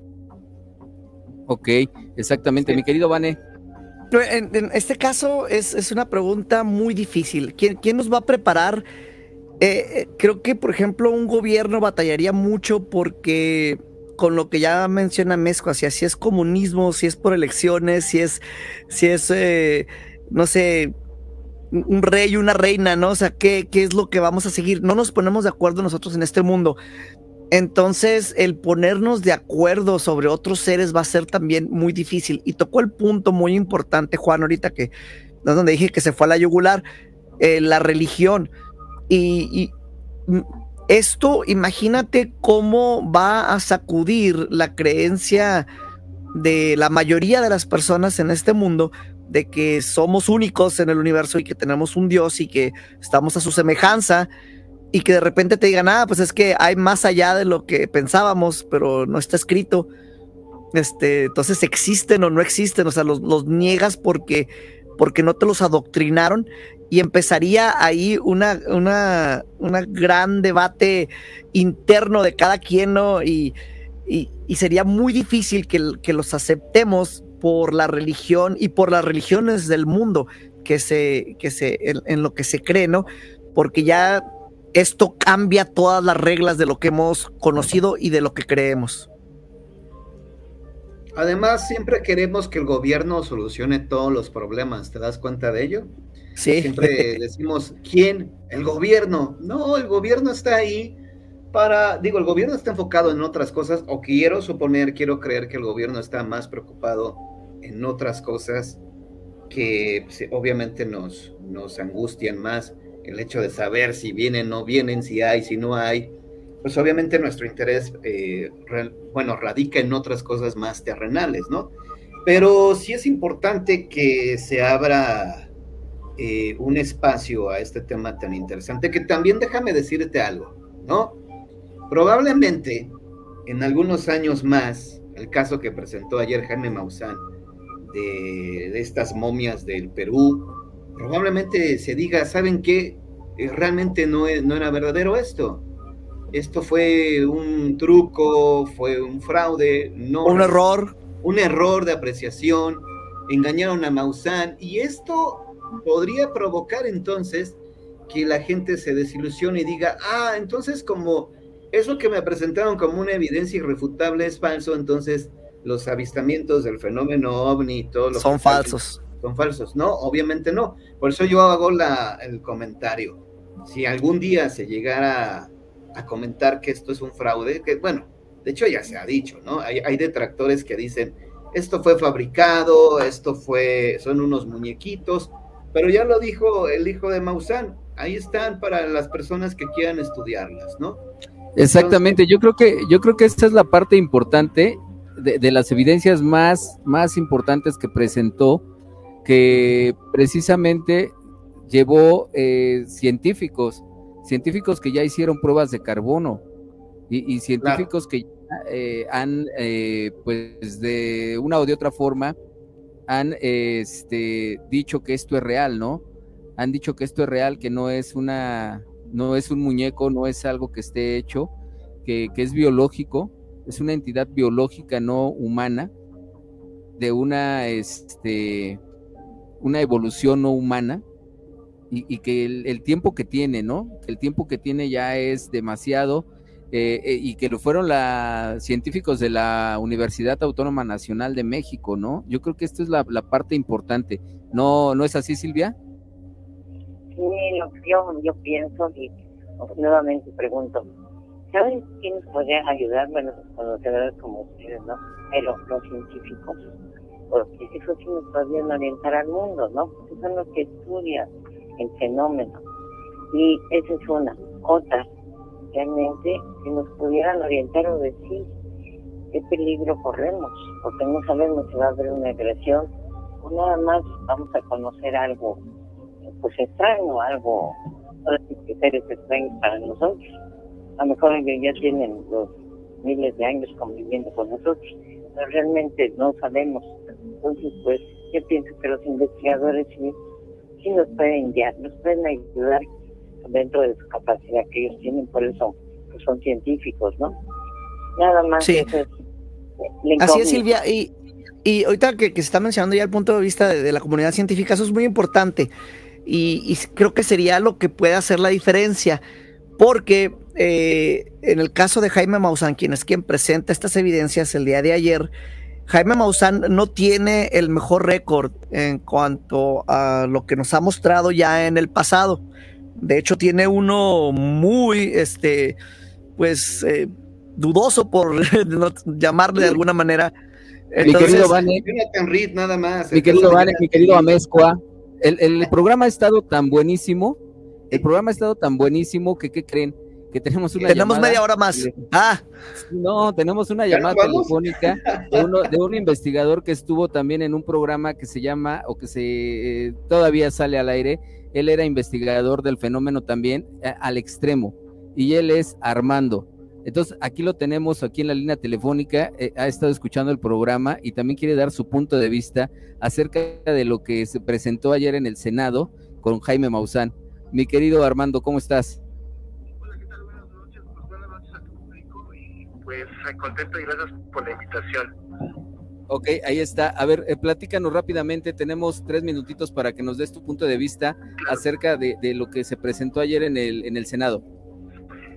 Ok, exactamente. Sí. Mi querido Vane. En, en este caso es, es una pregunta muy difícil. ¿Quién, quién nos va a preparar? Eh, creo que, por ejemplo, un gobierno batallaría mucho porque con lo que ya menciona Mezcua, si es comunismo, si es por elecciones, si es, si es eh, no sé, un rey, una reina, ¿no? O sea, ¿qué, ¿qué es lo que vamos a seguir? No nos ponemos de acuerdo nosotros en este mundo. Entonces, el ponernos de acuerdo sobre otros seres va a ser también muy difícil. Y tocó el punto muy importante, Juan, ahorita que es donde dije que se fue a la yugular, eh, la religión. Y, y esto, imagínate cómo va a sacudir la creencia de la mayoría de las personas en este mundo de que somos únicos en el universo y que tenemos un Dios y que estamos a su semejanza. Y que de repente te digan, ah, pues es que hay más allá de lo que pensábamos, pero no está escrito. Este, entonces existen o no existen, o sea, los, los niegas porque, porque no te los adoctrinaron, y empezaría ahí una, una, una gran debate interno de cada quien, ¿no? Y, y, y sería muy difícil que, que los aceptemos por la religión y por las religiones del mundo que se, que se, en, en lo que se cree, ¿no? Porque ya esto cambia todas las reglas de lo que hemos conocido y de lo que creemos. Además, siempre queremos que el gobierno solucione todos los problemas, ¿te das cuenta de ello? Sí. Siempre decimos, ¿quién? El gobierno. No, el gobierno está ahí para, digo, el gobierno está enfocado en otras cosas, o quiero suponer, quiero creer que el gobierno está más preocupado en otras cosas que pues, obviamente nos, nos angustian más, el hecho de saber si vienen, no vienen, si hay, si no hay. Pues obviamente nuestro interés, eh, re, bueno, radica en otras cosas más terrenales, ¿no? Pero sí es importante que se abra eh, un espacio a este tema tan interesante, que también déjame decirte algo, ¿no? Probablemente en algunos años más, el caso que presentó ayer Jaime Maussan de, de estas momias del Perú, probablemente se diga, ¿saben qué? Eh, realmente no, no era verdadero esto. Esto fue un truco, fue un fraude, no un error, un error de apreciación, engañaron a Maussan, y esto podría provocar entonces que la gente se desilusione y diga, ah, entonces como eso que me presentaron como una evidencia irrefutable es falso, entonces los avistamientos del fenómeno ovni y todo lo son que falsos. Son falsos, no, obviamente no. Por eso yo hago la, el comentario. Si algún día se llegara a comentar que esto es un fraude, que bueno, de hecho ya se ha dicho, ¿no? Hay, hay detractores que dicen, esto fue fabricado, esto fue, son unos muñequitos, pero ya lo dijo el hijo de Maussan, ahí están para las personas que quieran estudiarlas, ¿no? Exactamente, Entonces, yo creo que, yo creo que esta es la parte importante de, de las evidencias más, más importantes que presentó, que precisamente llevó eh, científicos, científicos que ya hicieron pruebas de carbono y, y científicos claro. que eh, han, eh, pues de una o de otra forma, han eh, este, dicho que esto es real, ¿no? Han dicho que esto es real, que no es una, no es un muñeco, no es algo que esté hecho, que, que es biológico, es una entidad biológica no humana, de una, este, una evolución no humana, y, y que el, el tiempo que tiene, ¿no? El tiempo que tiene ya es demasiado, eh, eh, y que lo fueron los científicos de la Universidad Autónoma Nacional de México, ¿no? Yo creo que esto es la, la parte importante. ¿No, no es así, Silvia? Sí, lo que yo, yo pienso y nuevamente pregunto, ¿saben quién nos podría ayudar? Bueno, conocedores como ustedes, ¿no? Pero los científicos, porque eso sí nos podrían orientar al mundo, ¿no? Porque son los que estudian el fenómeno. Y esa es una. Otra, realmente, si nos pudieran orientar o decir qué peligro corremos, porque no sabemos si va a haber una agresión o nada más vamos a conocer algo pues extraño, algo, ahora sí que seres extraños para nosotros. A lo mejor ellos ya tienen los miles de años conviviendo con nosotros, pero realmente no sabemos. Entonces, pues, yo pienso que los investigadores sí, sí nos pueden guiar, nos pueden ayudar dentro de su capacidad que ellos tienen, por eso pues son científicos, ¿no? Nada más. Sí. Eso es, así es, Silvia, y, y ahorita que, que se está mencionando ya el punto de vista de, de la comunidad científica, eso es muy importante, y, y creo que sería lo que puede hacer la diferencia, porque eh, en el caso de Jaime Maussan, quien es quien presenta estas evidencias el día de ayer, Jaime Maussan no tiene el mejor récord en cuanto a lo que nos ha mostrado ya en el pasado. De hecho, tiene uno muy, este, pues, eh, dudoso, por no llamarle de alguna manera. Entonces, mi querido Vane, Reed, nada más. Mi querido Vane, mi querido Amezcua, el, el programa ha estado tan buenísimo, el programa ha estado tan buenísimo que, ¿qué creen? Que tenemos una tenemos llamada, media hora más. Ah, no, tenemos una llamada telefónica de, uno, de un investigador que estuvo también en un programa que se llama, o que se eh, todavía sale al aire. Él era investigador del fenómeno también, eh, al extremo, y él es Armando. Entonces, aquí lo tenemos, aquí en la línea telefónica, eh, ha estado escuchando el programa y también quiere dar su punto de vista acerca de lo que se presentó ayer en el Senado con Jaime Maussan. Mi querido Armando, ¿cómo estás? Hola, ¿qué tal? Buenas noches, buenas noches a tu público y pues contento y gracias por la invitación. Ok, ahí está. A ver, eh, platícanos rápidamente, tenemos tres minutitos para que nos des tu punto de vista claro. acerca de, de lo que se presentó ayer en el, en el Senado. Pues mira,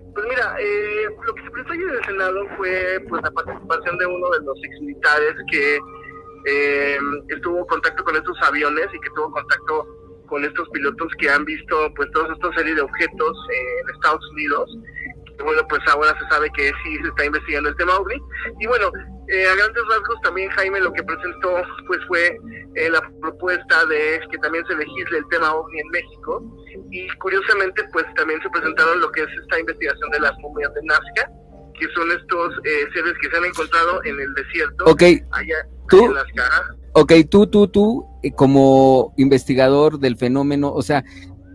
mira, eh, lo que se presentó ayer en el Senado fue pues la participación de uno de los exmilitares que eh, él tuvo contacto con estos aviones y que tuvo contacto con estos pilotos que han visto pues toda esta serie de objetos eh, en Estados Unidos. Bueno, pues ahora se sabe que sí se está investigando el tema OVNI. Y bueno, eh, a grandes rasgos también Jaime lo que presentó pues fue eh, la propuesta de que también se legisle el tema OVNI en México. Y curiosamente pues también se presentaron lo que es esta investigación de las momias de Nazca, que son estos eh, seres que se han encontrado en el desierto. Ok, allá, tú, allá en Nazca. Ok, tú, tú, tú, eh, como investigador del fenómeno, o sea,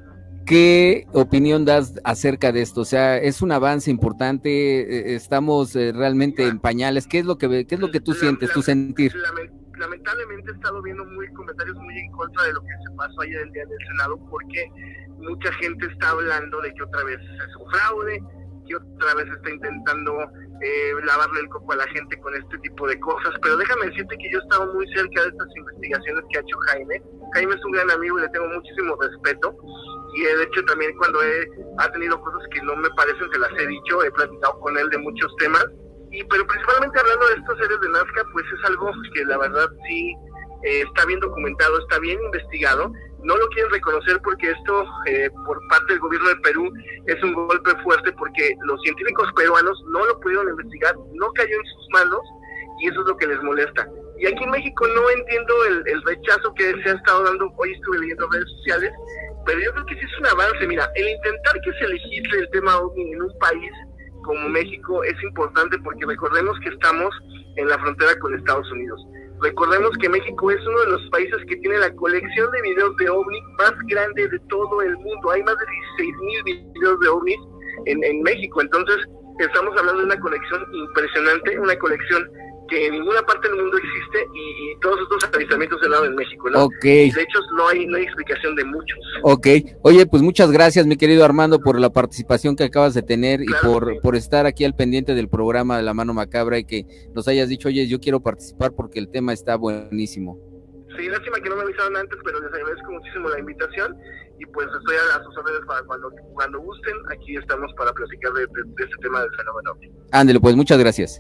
¿qué opinión das acerca de esto? O sea, ¿es un avance importante? Eh, ¿Estamos eh, realmente en pañales? ¿Qué es lo que qué es lo que tú sientes, tu sentir? Lamentablemente he estado viendo muy comentarios muy en contra de lo que se pasó ayer el día del Senado, porque mucha gente está hablando de que otra vez es un fraude, que otra vez está intentando eh, lavarle el coco a la gente con este tipo de cosas, pero déjame decirte que yo he estado muy cerca de estas investigaciones que ha hecho Jaime. Jaime es un gran amigo y le tengo muchísimo respeto, y de hecho también cuando he ha tenido cosas que no me parecen, se las he dicho, he platicado con él de muchos temas, y pero principalmente hablando de estos seres de Nazca, pues es algo que la verdad sí eh, está bien documentado, está bien investigado. No lo quieren reconocer porque esto eh, por parte del gobierno de Perú es un golpe fuerte, porque los científicos peruanos no lo pudieron investigar, no cayó en sus manos, y eso es lo que les molesta. Y aquí en México no entiendo el, el rechazo que se ha estado dando. Hoy estuve leyendo redes sociales, pero yo creo que sí es un avance. Mira, el intentar que se legisle el tema OVNI en un país como México es importante, porque recordemos que estamos en la frontera con Estados Unidos. Recordemos que México es uno de los países que tiene la colección de videos de OVNI más grande de todo el mundo. Hay más de dieciséis mil videos de OVNIs en, en México. Entonces, estamos hablando de una colección impresionante, una colección que en ninguna parte del mundo existe, y, y todos estos avistamientos se dan en México, ¿no? Ok. De hecho, no hay, no hay explicación de muchos. Ok. Oye, pues muchas gracias, mi querido Armando, por la participación que acabas de tener, claro, y por, sí. por estar aquí al pendiente del programa de La Mano Macabra, y que nos hayas dicho, oye, yo quiero participar porque el tema está buenísimo. Sí, lástima que no me avisaron antes, pero les agradezco muchísimo la invitación, y pues estoy a, a sus órdenes para cuando, cuando gusten. Aquí estamos para platicar de, de, de este tema del fenómeno. Ándale, pues muchas gracias.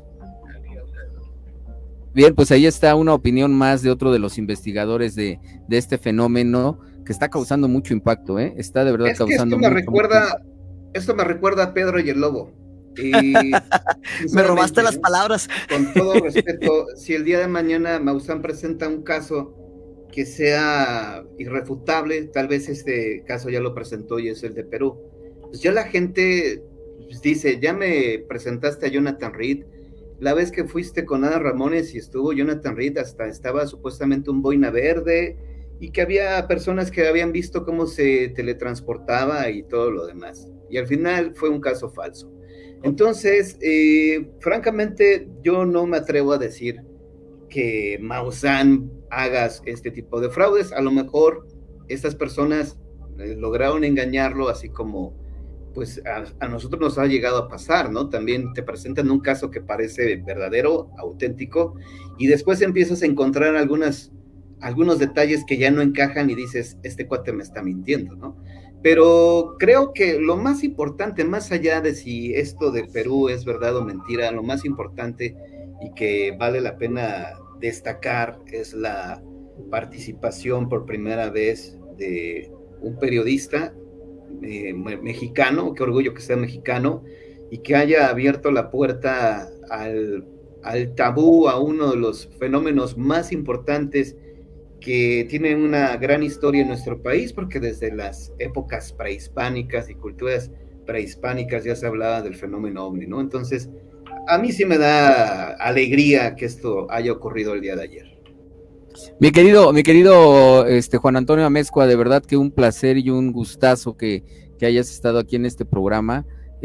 Bien, pues ahí está una opinión más de otro de los investigadores de, de este fenómeno que está causando mucho impacto, ¿eh? Está de verdad es causando que esto me mucho, recuerda, mucho esto me recuerda a Pedro y el Lobo. Y, me robaste las palabras. Con todo respeto, si el día de mañana Maussan presenta un caso que sea irrefutable, tal vez este caso ya lo presentó y es el de Perú, pues ya la gente pues dice, ya me presentaste a Jonathan Reed. La vez que fuiste con Ana Ramones y estuvo Jonathan Reed, hasta estaba supuestamente un boina verde, y que había personas que habían visto cómo se teletransportaba y todo lo demás. Y al final fue un caso falso. Entonces, eh, francamente, yo no me atrevo a decir que Maussan haga este tipo de fraudes. A lo mejor estas personas eh, lograron engañarlo, así como pues a, a nosotros nos ha llegado a pasar, ¿no? También te presentan un caso que parece verdadero, auténtico, y después empiezas a encontrar algunas, algunos detalles que ya no encajan y dices, este cuate me está mintiendo, ¿no? Pero creo que lo más importante, más allá de si esto de Perú es verdad o mentira, lo más importante y que vale la pena destacar es la participación por primera vez de un periodista Eh, mexicano, qué orgullo que sea mexicano, y que haya abierto la puerta al, al tabú, a uno de los fenómenos más importantes que tienen una gran historia en nuestro país, porque desde las épocas prehispánicas y culturas prehispánicas ya se hablaba del fenómeno OVNI, ¿no? Entonces, a mí sí me da alegría que esto haya ocurrido el día de ayer. Mi querido, mi querido este Juan Antonio Amezcua, de verdad que un placer y un gustazo que, que hayas estado aquí en este programa.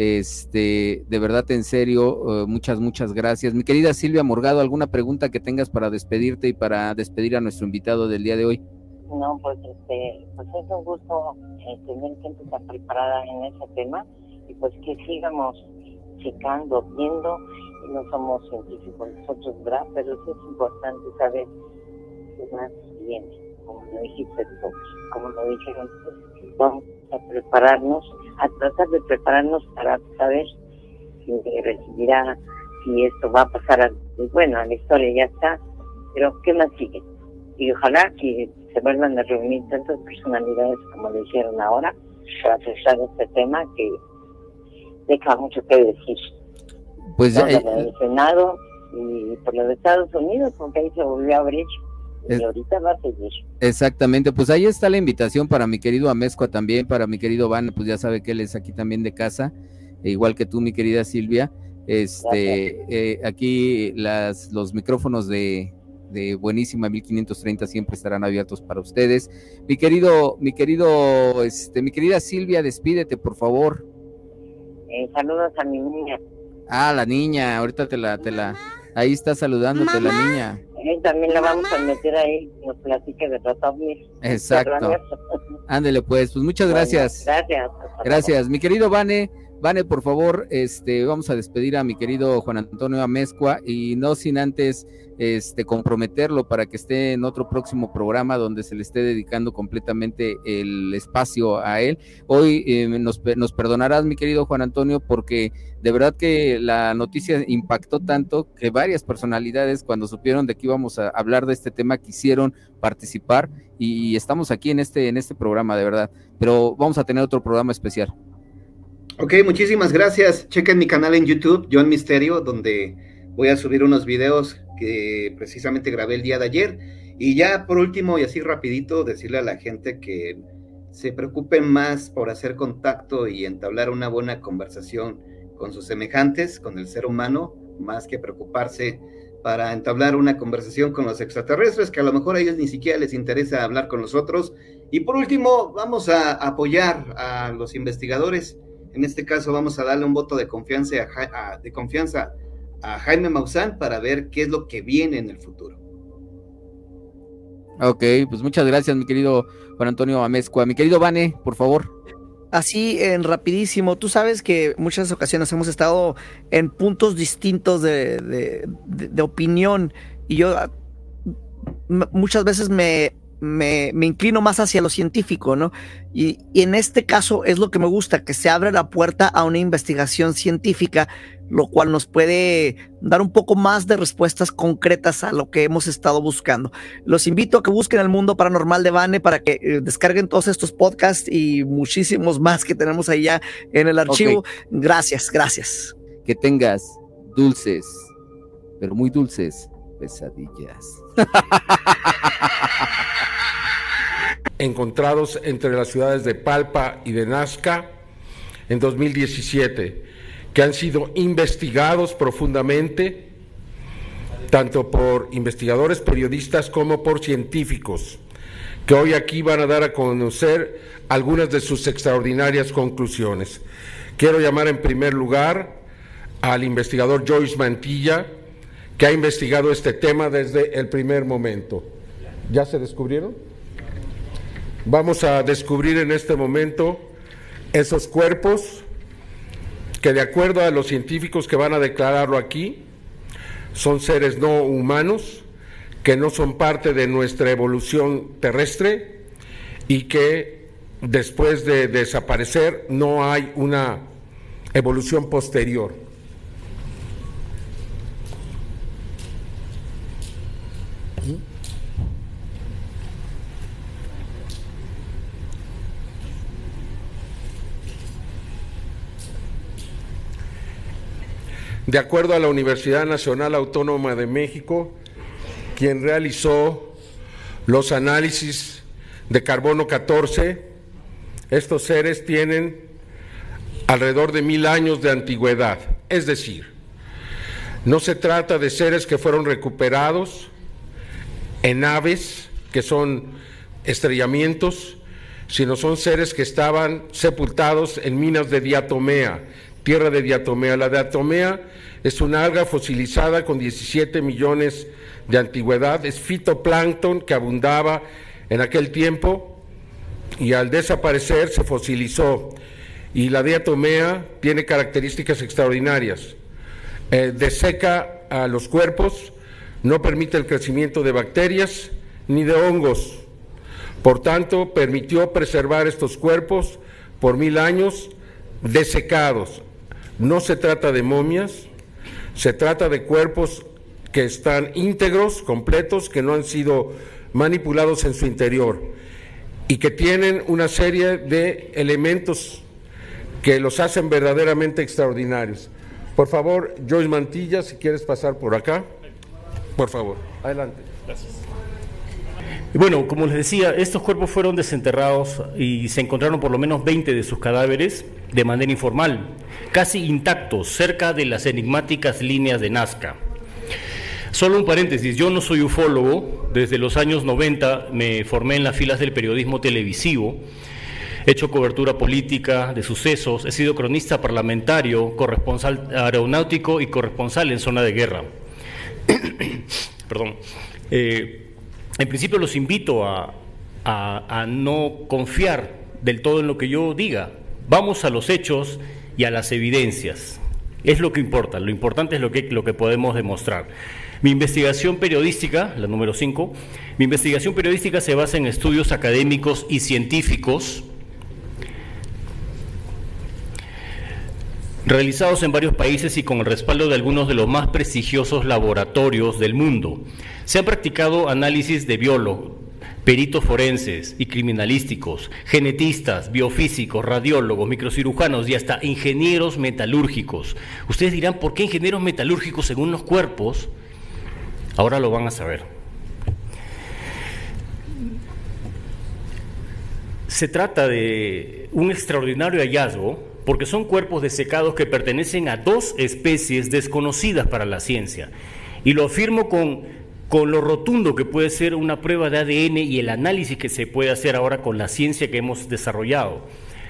Este, de verdad, en serio, uh, muchas, muchas gracias. Mi querida Silvia Morgado, ¿alguna pregunta que tengas para despedirte y para despedir a nuestro invitado del día de hoy? No, pues este, pues es un gusto eh, tener gente tan preparada en ese tema, y pues que sigamos checando, viendo, y no somos científicos nosotros, ¿verdad? Pero sí es importante saber más bien, como lo dijiste tú, como lo dijeron, pues, vamos a prepararnos, a tratar de prepararnos para saber si recibirá, si esto va a pasar, a, bueno, a la historia ya está, pero ¿qué más sigue? Y ojalá que se vuelvan a reunir tantas personalidades como lo hicieron ahora para tratar este tema que deja mucho que decir. Pues ya, eh, el Senado y por los Estados Unidos, porque ahí se volvió a abrir y es, ahorita va a seguir. Exactamente, pues ahí está la invitación para mi querido Amezcua también, para mi querido Van, pues ya sabe que él es aquí también de casa, e igual que tú, mi querida Silvia. Este, eh, aquí las los micrófonos de, de Buenísima mil quinientos treinta siempre estarán abiertos para ustedes. Mi querido, mi querido, este, mi querida Silvia, despídete, por favor. Eh, saludos a mi niña. Ah, la niña, ahorita te la, te la, ahí está saludándote la niña. Eh, también la vamos a meter ahí, nos platique de Ratovnis. Exacto. Ándele pues, pues muchas bueno, gracias. Gracias. Gracias, mi querido Vane. Vane, por favor, este, vamos a despedir a mi querido Juan Antonio Amezcua y no sin antes este, comprometerlo para que esté en otro próximo programa donde se le esté dedicando completamente el espacio a él. Hoy eh, nos, nos perdonarás, mi querido Juan Antonio, porque de verdad que la noticia impactó tanto que varias personalidades, cuando supieron de que íbamos a hablar de este tema, quisieron participar y estamos aquí en este, en este programa, de verdad. Pero vamos a tener otro programa especial. Ok, muchísimas gracias. Chequen mi canal en YouTube, John Misterio, donde voy a subir unos videos que precisamente grabé el día de ayer. Y ya por último, y así rapidito, decirle a la gente que se preocupen más por hacer contacto y entablar una buena conversación con sus semejantes, con el ser humano, más que preocuparse para entablar una conversación con los extraterrestres, que a lo mejor a ellos ni siquiera les interesa hablar con nosotros. Y por último, vamos a apoyar a los investigadores. En este caso vamos a darle un voto de confianza a, a, de confianza a Jaime Maussan para ver qué es lo que viene en el futuro. Ok, pues muchas gracias, mi querido Juan Antonio Amezcua. Mi querido Vane, por favor. Así, en rapidísimo, tú sabes que muchas ocasiones hemos estado en puntos distintos de, de, de, de opinión y yo m- muchas veces me... Me, me inclino más hacia lo científico, ¿no? Y, y en este caso es lo que me gusta, que se abre la puerta a una investigación científica, lo cual nos puede dar un poco más de respuestas concretas a lo que hemos estado buscando. Los invito a que busquen El Mundo Paranormal de Vane para que eh, descarguen todos estos podcasts y muchísimos más que tenemos ahí ya en el archivo. Okay. Gracias, gracias. Que tengas dulces, pero muy dulces, pesadillas. Encontrados entre las ciudades de Palpa y de Nazca en dos mil diecisiete, que han sido investigados profundamente, tanto por investigadores, periodistas, como por científicos, que hoy aquí van a dar a conocer algunas de sus extraordinarias conclusiones. Quiero llamar en primer lugar al investigador Joyce Mantilla, que ha investigado este tema desde el primer momento. ¿Ya se descubrieron? Vamos a descubrir en este momento esos cuerpos que, de acuerdo a los científicos que van a declararlo aquí, son seres no humanos, que no son parte de nuestra evolución terrestre y que después de desaparecer no hay una evolución posterior. De acuerdo a la Universidad Nacional Autónoma de México, quien realizó los análisis de carbono catorce, estos seres tienen alrededor de mil años de antigüedad. Es decir, no se trata de seres que fueron recuperados en naves, que son estrellamientos, sino son seres que estaban sepultados en minas de diatomea, tierra de diatomea. La diatomea es una alga fosilizada con diecisiete millones de antigüedad, es fitoplancton que abundaba en aquel tiempo y al desaparecer se fosilizó. Y la diatomea tiene características extraordinarias. Eh, deseca a los cuerpos, no permite el crecimiento de bacterias ni de hongos. Por tanto, permitió preservar estos cuerpos por mil años desecados. No se trata de momias, se trata de cuerpos que están íntegros, completos, que no han sido manipulados en su interior y que tienen una serie de elementos que los hacen verdaderamente extraordinarios. Por favor, Joyce Mantilla, si quieres pasar por acá, por favor, adelante. Gracias. Y bueno, como les decía, estos cuerpos fueron desenterrados y se encontraron por lo menos veinte de sus cadáveres de manera informal, casi intactos, cerca de las enigmáticas líneas de Nazca. Solo un paréntesis, yo no soy ufólogo, desde los años noventa me formé en las filas del periodismo televisivo, he hecho cobertura política de sucesos, he sido cronista parlamentario, corresponsal aeronáutico y corresponsal en zona de guerra. Perdón. Eh, en principio los invito a, a, a no confiar del todo en lo que yo diga. Vamos a los hechos y a las evidencias. Es lo que importa, lo importante es lo que, lo que podemos demostrar. Mi investigación periodística, la número cinco, mi investigación periodística se basa en estudios académicos y científicos realizados en varios países y con el respaldo de algunos de los más prestigiosos laboratorios del mundo. Se han practicado análisis de biólogos, peritos forenses y criminalísticos, genetistas, biofísicos, radiólogos, microcirujanos y hasta ingenieros metalúrgicos. Ustedes dirán, ¿por qué ingenieros metalúrgicos según los cuerpos? Ahora lo van a saber. Se trata de un extraordinario hallazgo porque son cuerpos desecados que pertenecen a dos especies desconocidas para la ciencia. Y lo afirmo con, con lo rotundo que puede ser una prueba de A D N y el análisis que se puede hacer ahora con la ciencia que hemos desarrollado.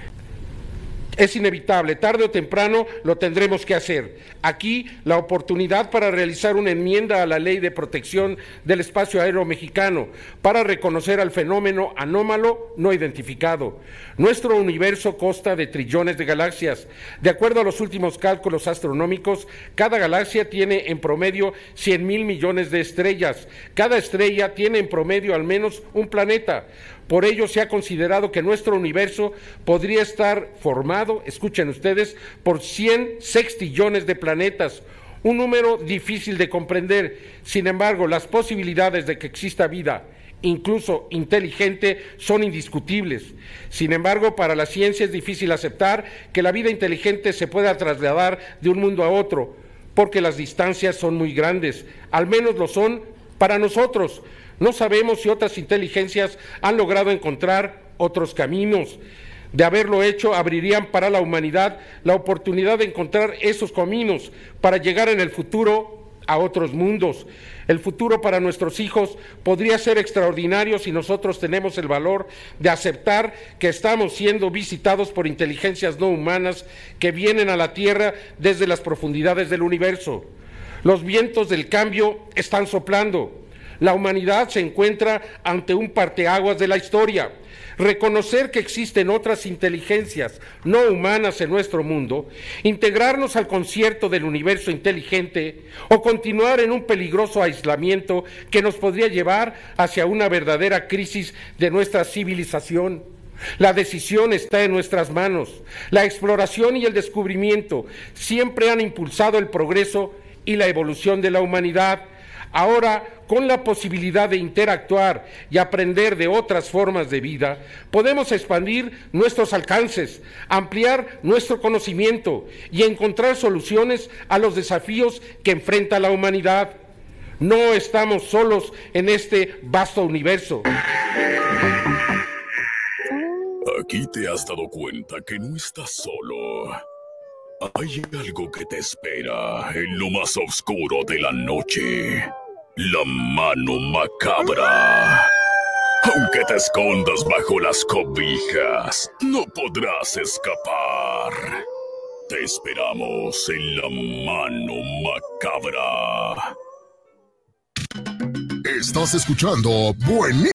Es inevitable, tarde o temprano lo tendremos que hacer. Aquí la oportunidad para realizar una enmienda a la Ley de Protección del Espacio Aéreo Mexicano para reconocer al fenómeno anómalo no identificado. Nuestro universo consta de trillones de galaxias. De acuerdo a los últimos cálculos astronómicos, cada galaxia tiene en promedio cien mil millones de estrellas. Cada estrella tiene en promedio al menos un planeta. Por ello se ha considerado que nuestro universo podría estar formado, escuchen ustedes, por cien sextillones de planetas, un número difícil de comprender. Sin embargo, las posibilidades de que exista vida, incluso inteligente, son indiscutibles. Sin embargo, para la ciencia es difícil aceptar que la vida inteligente se pueda trasladar de un mundo a otro, porque las distancias son muy grandes, al menos lo son para nosotros. No sabemos si otras inteligencias han logrado encontrar otros caminos. De haberlo hecho, abrirían para la humanidad la oportunidad de encontrar esos caminos para llegar en el futuro a otros mundos. El futuro para nuestros hijos podría ser extraordinario si nosotros tenemos el valor de aceptar que estamos siendo visitados por inteligencias no humanas que vienen a la Tierra desde las profundidades del universo. Los vientos del cambio están soplando. La humanidad se encuentra ante un parteaguas de la historia. Reconocer que existen otras inteligencias no humanas en nuestro mundo, integrarnos al concierto del universo inteligente o continuar en un peligroso aislamiento que nos podría llevar hacia una verdadera crisis de nuestra civilización. La decisión está en nuestras manos. La exploración y el descubrimiento siempre han impulsado el progreso y la evolución de la humanidad. Ahora, con la posibilidad de interactuar y aprender de otras formas de vida, podemos expandir nuestros alcances, ampliar nuestro conocimiento y encontrar soluciones a los desafíos que enfrenta la humanidad. No estamos solos en este vasto universo. Aquí te has dado cuenta que no estás solo. Hay algo que te espera en lo más oscuro de la noche. La mano macabra. Aunque te escondas bajo las cobijas, no podrás escapar. Te esperamos en la mano macabra. Estás escuchando Buenísimo.